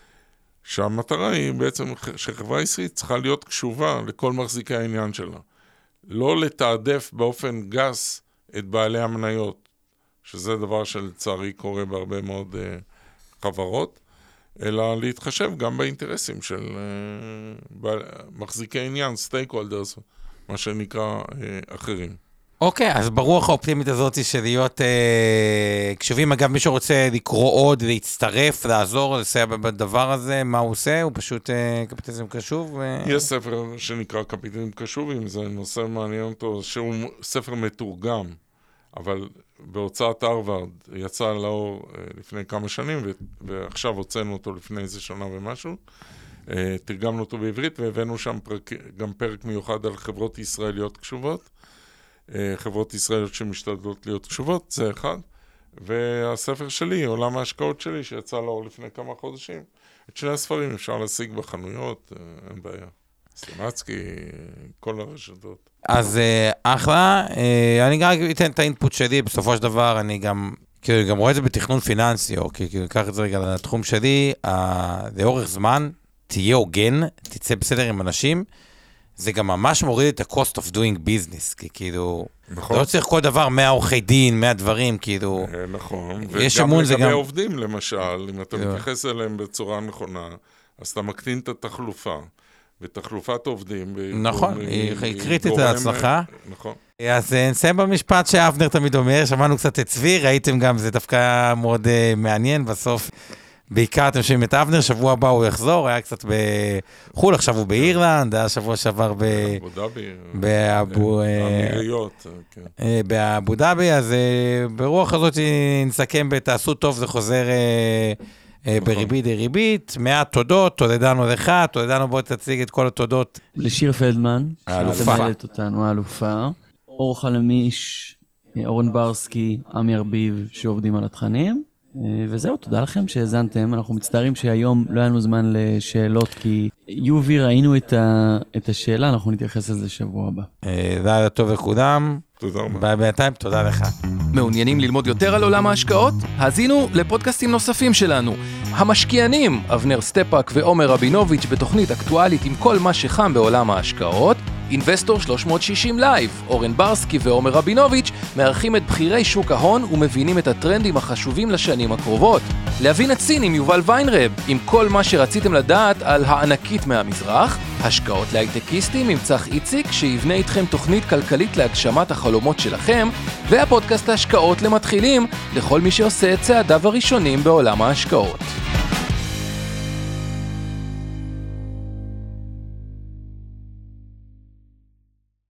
שהמטרה היא בעצם שחברה עסקית צריכה להיות קשובה לכל מחזיקי העניין שלה. לא לתעדף באופן גס את בעלי המניות, שזה דבר שלצערי קורה בהרבה מאוד חברות, אלא להתחשב גם באינטרסים של מחזיקי עניין, סטייקהולדרס, מה שנקרא אחרים. אוקיי, אז ברוח האופטימית הזאת של להיות קשובים, אגב, מי שרוצה לקרוא עוד, להצטרף, לעזור, לסייע בדבר הזה, מה הוא עושה? הוא פשוט קפיטליזם קשוב? יש ספר שנקרא קפיטליזם קשוב, אם זה נושא מעניין אותו, שהוא ספר מתורגם, אבל בהוצאת הרווארד יצא לאור לפני כמה שנים, ועכשיו הוצאנו אותו לפני איזה שנה ומשהו, תרגמנו אותו בעברית, והבאנו שם גם פרק מיוחד על חברות ישראליות קשובות, חברות ישראליות שמשתדלות להיות קשובות, זה אחד, והספר שלי, עולם ההשקעות שלי, שיצא לאור לפני כמה חודשים, את שני הספרים אפשר להשיג בחנויות, אין בעיה. סטימצקי, כל הרשתות. אז אחלה, אני גם אתן את האינפוט שלי, בסופו של דבר אני גם רואה את זה בתכנון פיננסי, או קח את זה רגע לתחום שלי, לאורך זמן, תהיה הוגן, תצא בסדר עם אנשים, זה גם ממש מוריד את ה-cost of doing business, כי כאילו, נכון. לא צריך כל דבר 100 עורכי דין, 100 דברים, כאילו, נכון, יש וגם לגבי עובדים למשל, אם אתה מתייחס אליהם בצורה נכונה, אז אתה מקטין את התחלופה, ותחלופת עובדים. נכון, היא קריטית להצלחה. נכון. אז נסיים במשפט שאבנר תמיד אומר, שמענו קצת את צבי, ראיתם גם, זה דווקא מאוד מעניין, בסוף בעיקר אתם שומעים את אבנר, שבוע הבא הוא יחזור, היה קצת בחול, עכשיו הוא באירלנד, היה שבוע שעבר באבו דאבי, אז ברוח הזאת נסכם בתעשו טוב, זה חוזר בריבית דריבית, 100 תודות, תודדנו לך, תודדנו בוא תציג את כל התודות. לשיר פלדמן, האלופה. שמלת אותנו, האלופה, אור חלמיש, אורן ברסקי, עמי ארביב, שעובדים על התכנים. וזהו, תודה לכם שהזנתם. אנחנו מצטערים שהיום לא היה לנו זמן לשאלות, כי יובי ראינו את השאלה, אנחנו נתייחס לזה שבוע הבא. זה היה טוב לכולם. תודה רבה. בינתיים, תודה לך. מעוניינים ללמוד יותר על עולם ההשקעות? האזינו לפודקאסטים נוספים שלנו. המשקיענים, אבנר סטפאק ועומר רבינוביץ' בתוכנית אקטואלית עם כל מה שחם בעולם ההשקעות. אינבסטור 360 לייב, אורן ברסקי ועומר רבינוביץ' מארחים את בחירי שוק ההון ומבינים את הטרנדים החשובים לשנים הקרובות. להבין את סין עם יובל ויינרב, עם כל מה שרציתם לדעת על הענקית מהמזרח. השקעות להייטקיסטים עם צח איציק, שיבנה איתכם תוכנית כלכלית להגשמת החלומות שלכם. והפודקאסט ההשקעות למתחילים, לכל מי שעושה את צעדיו הראשונים בעולם ההשקעות.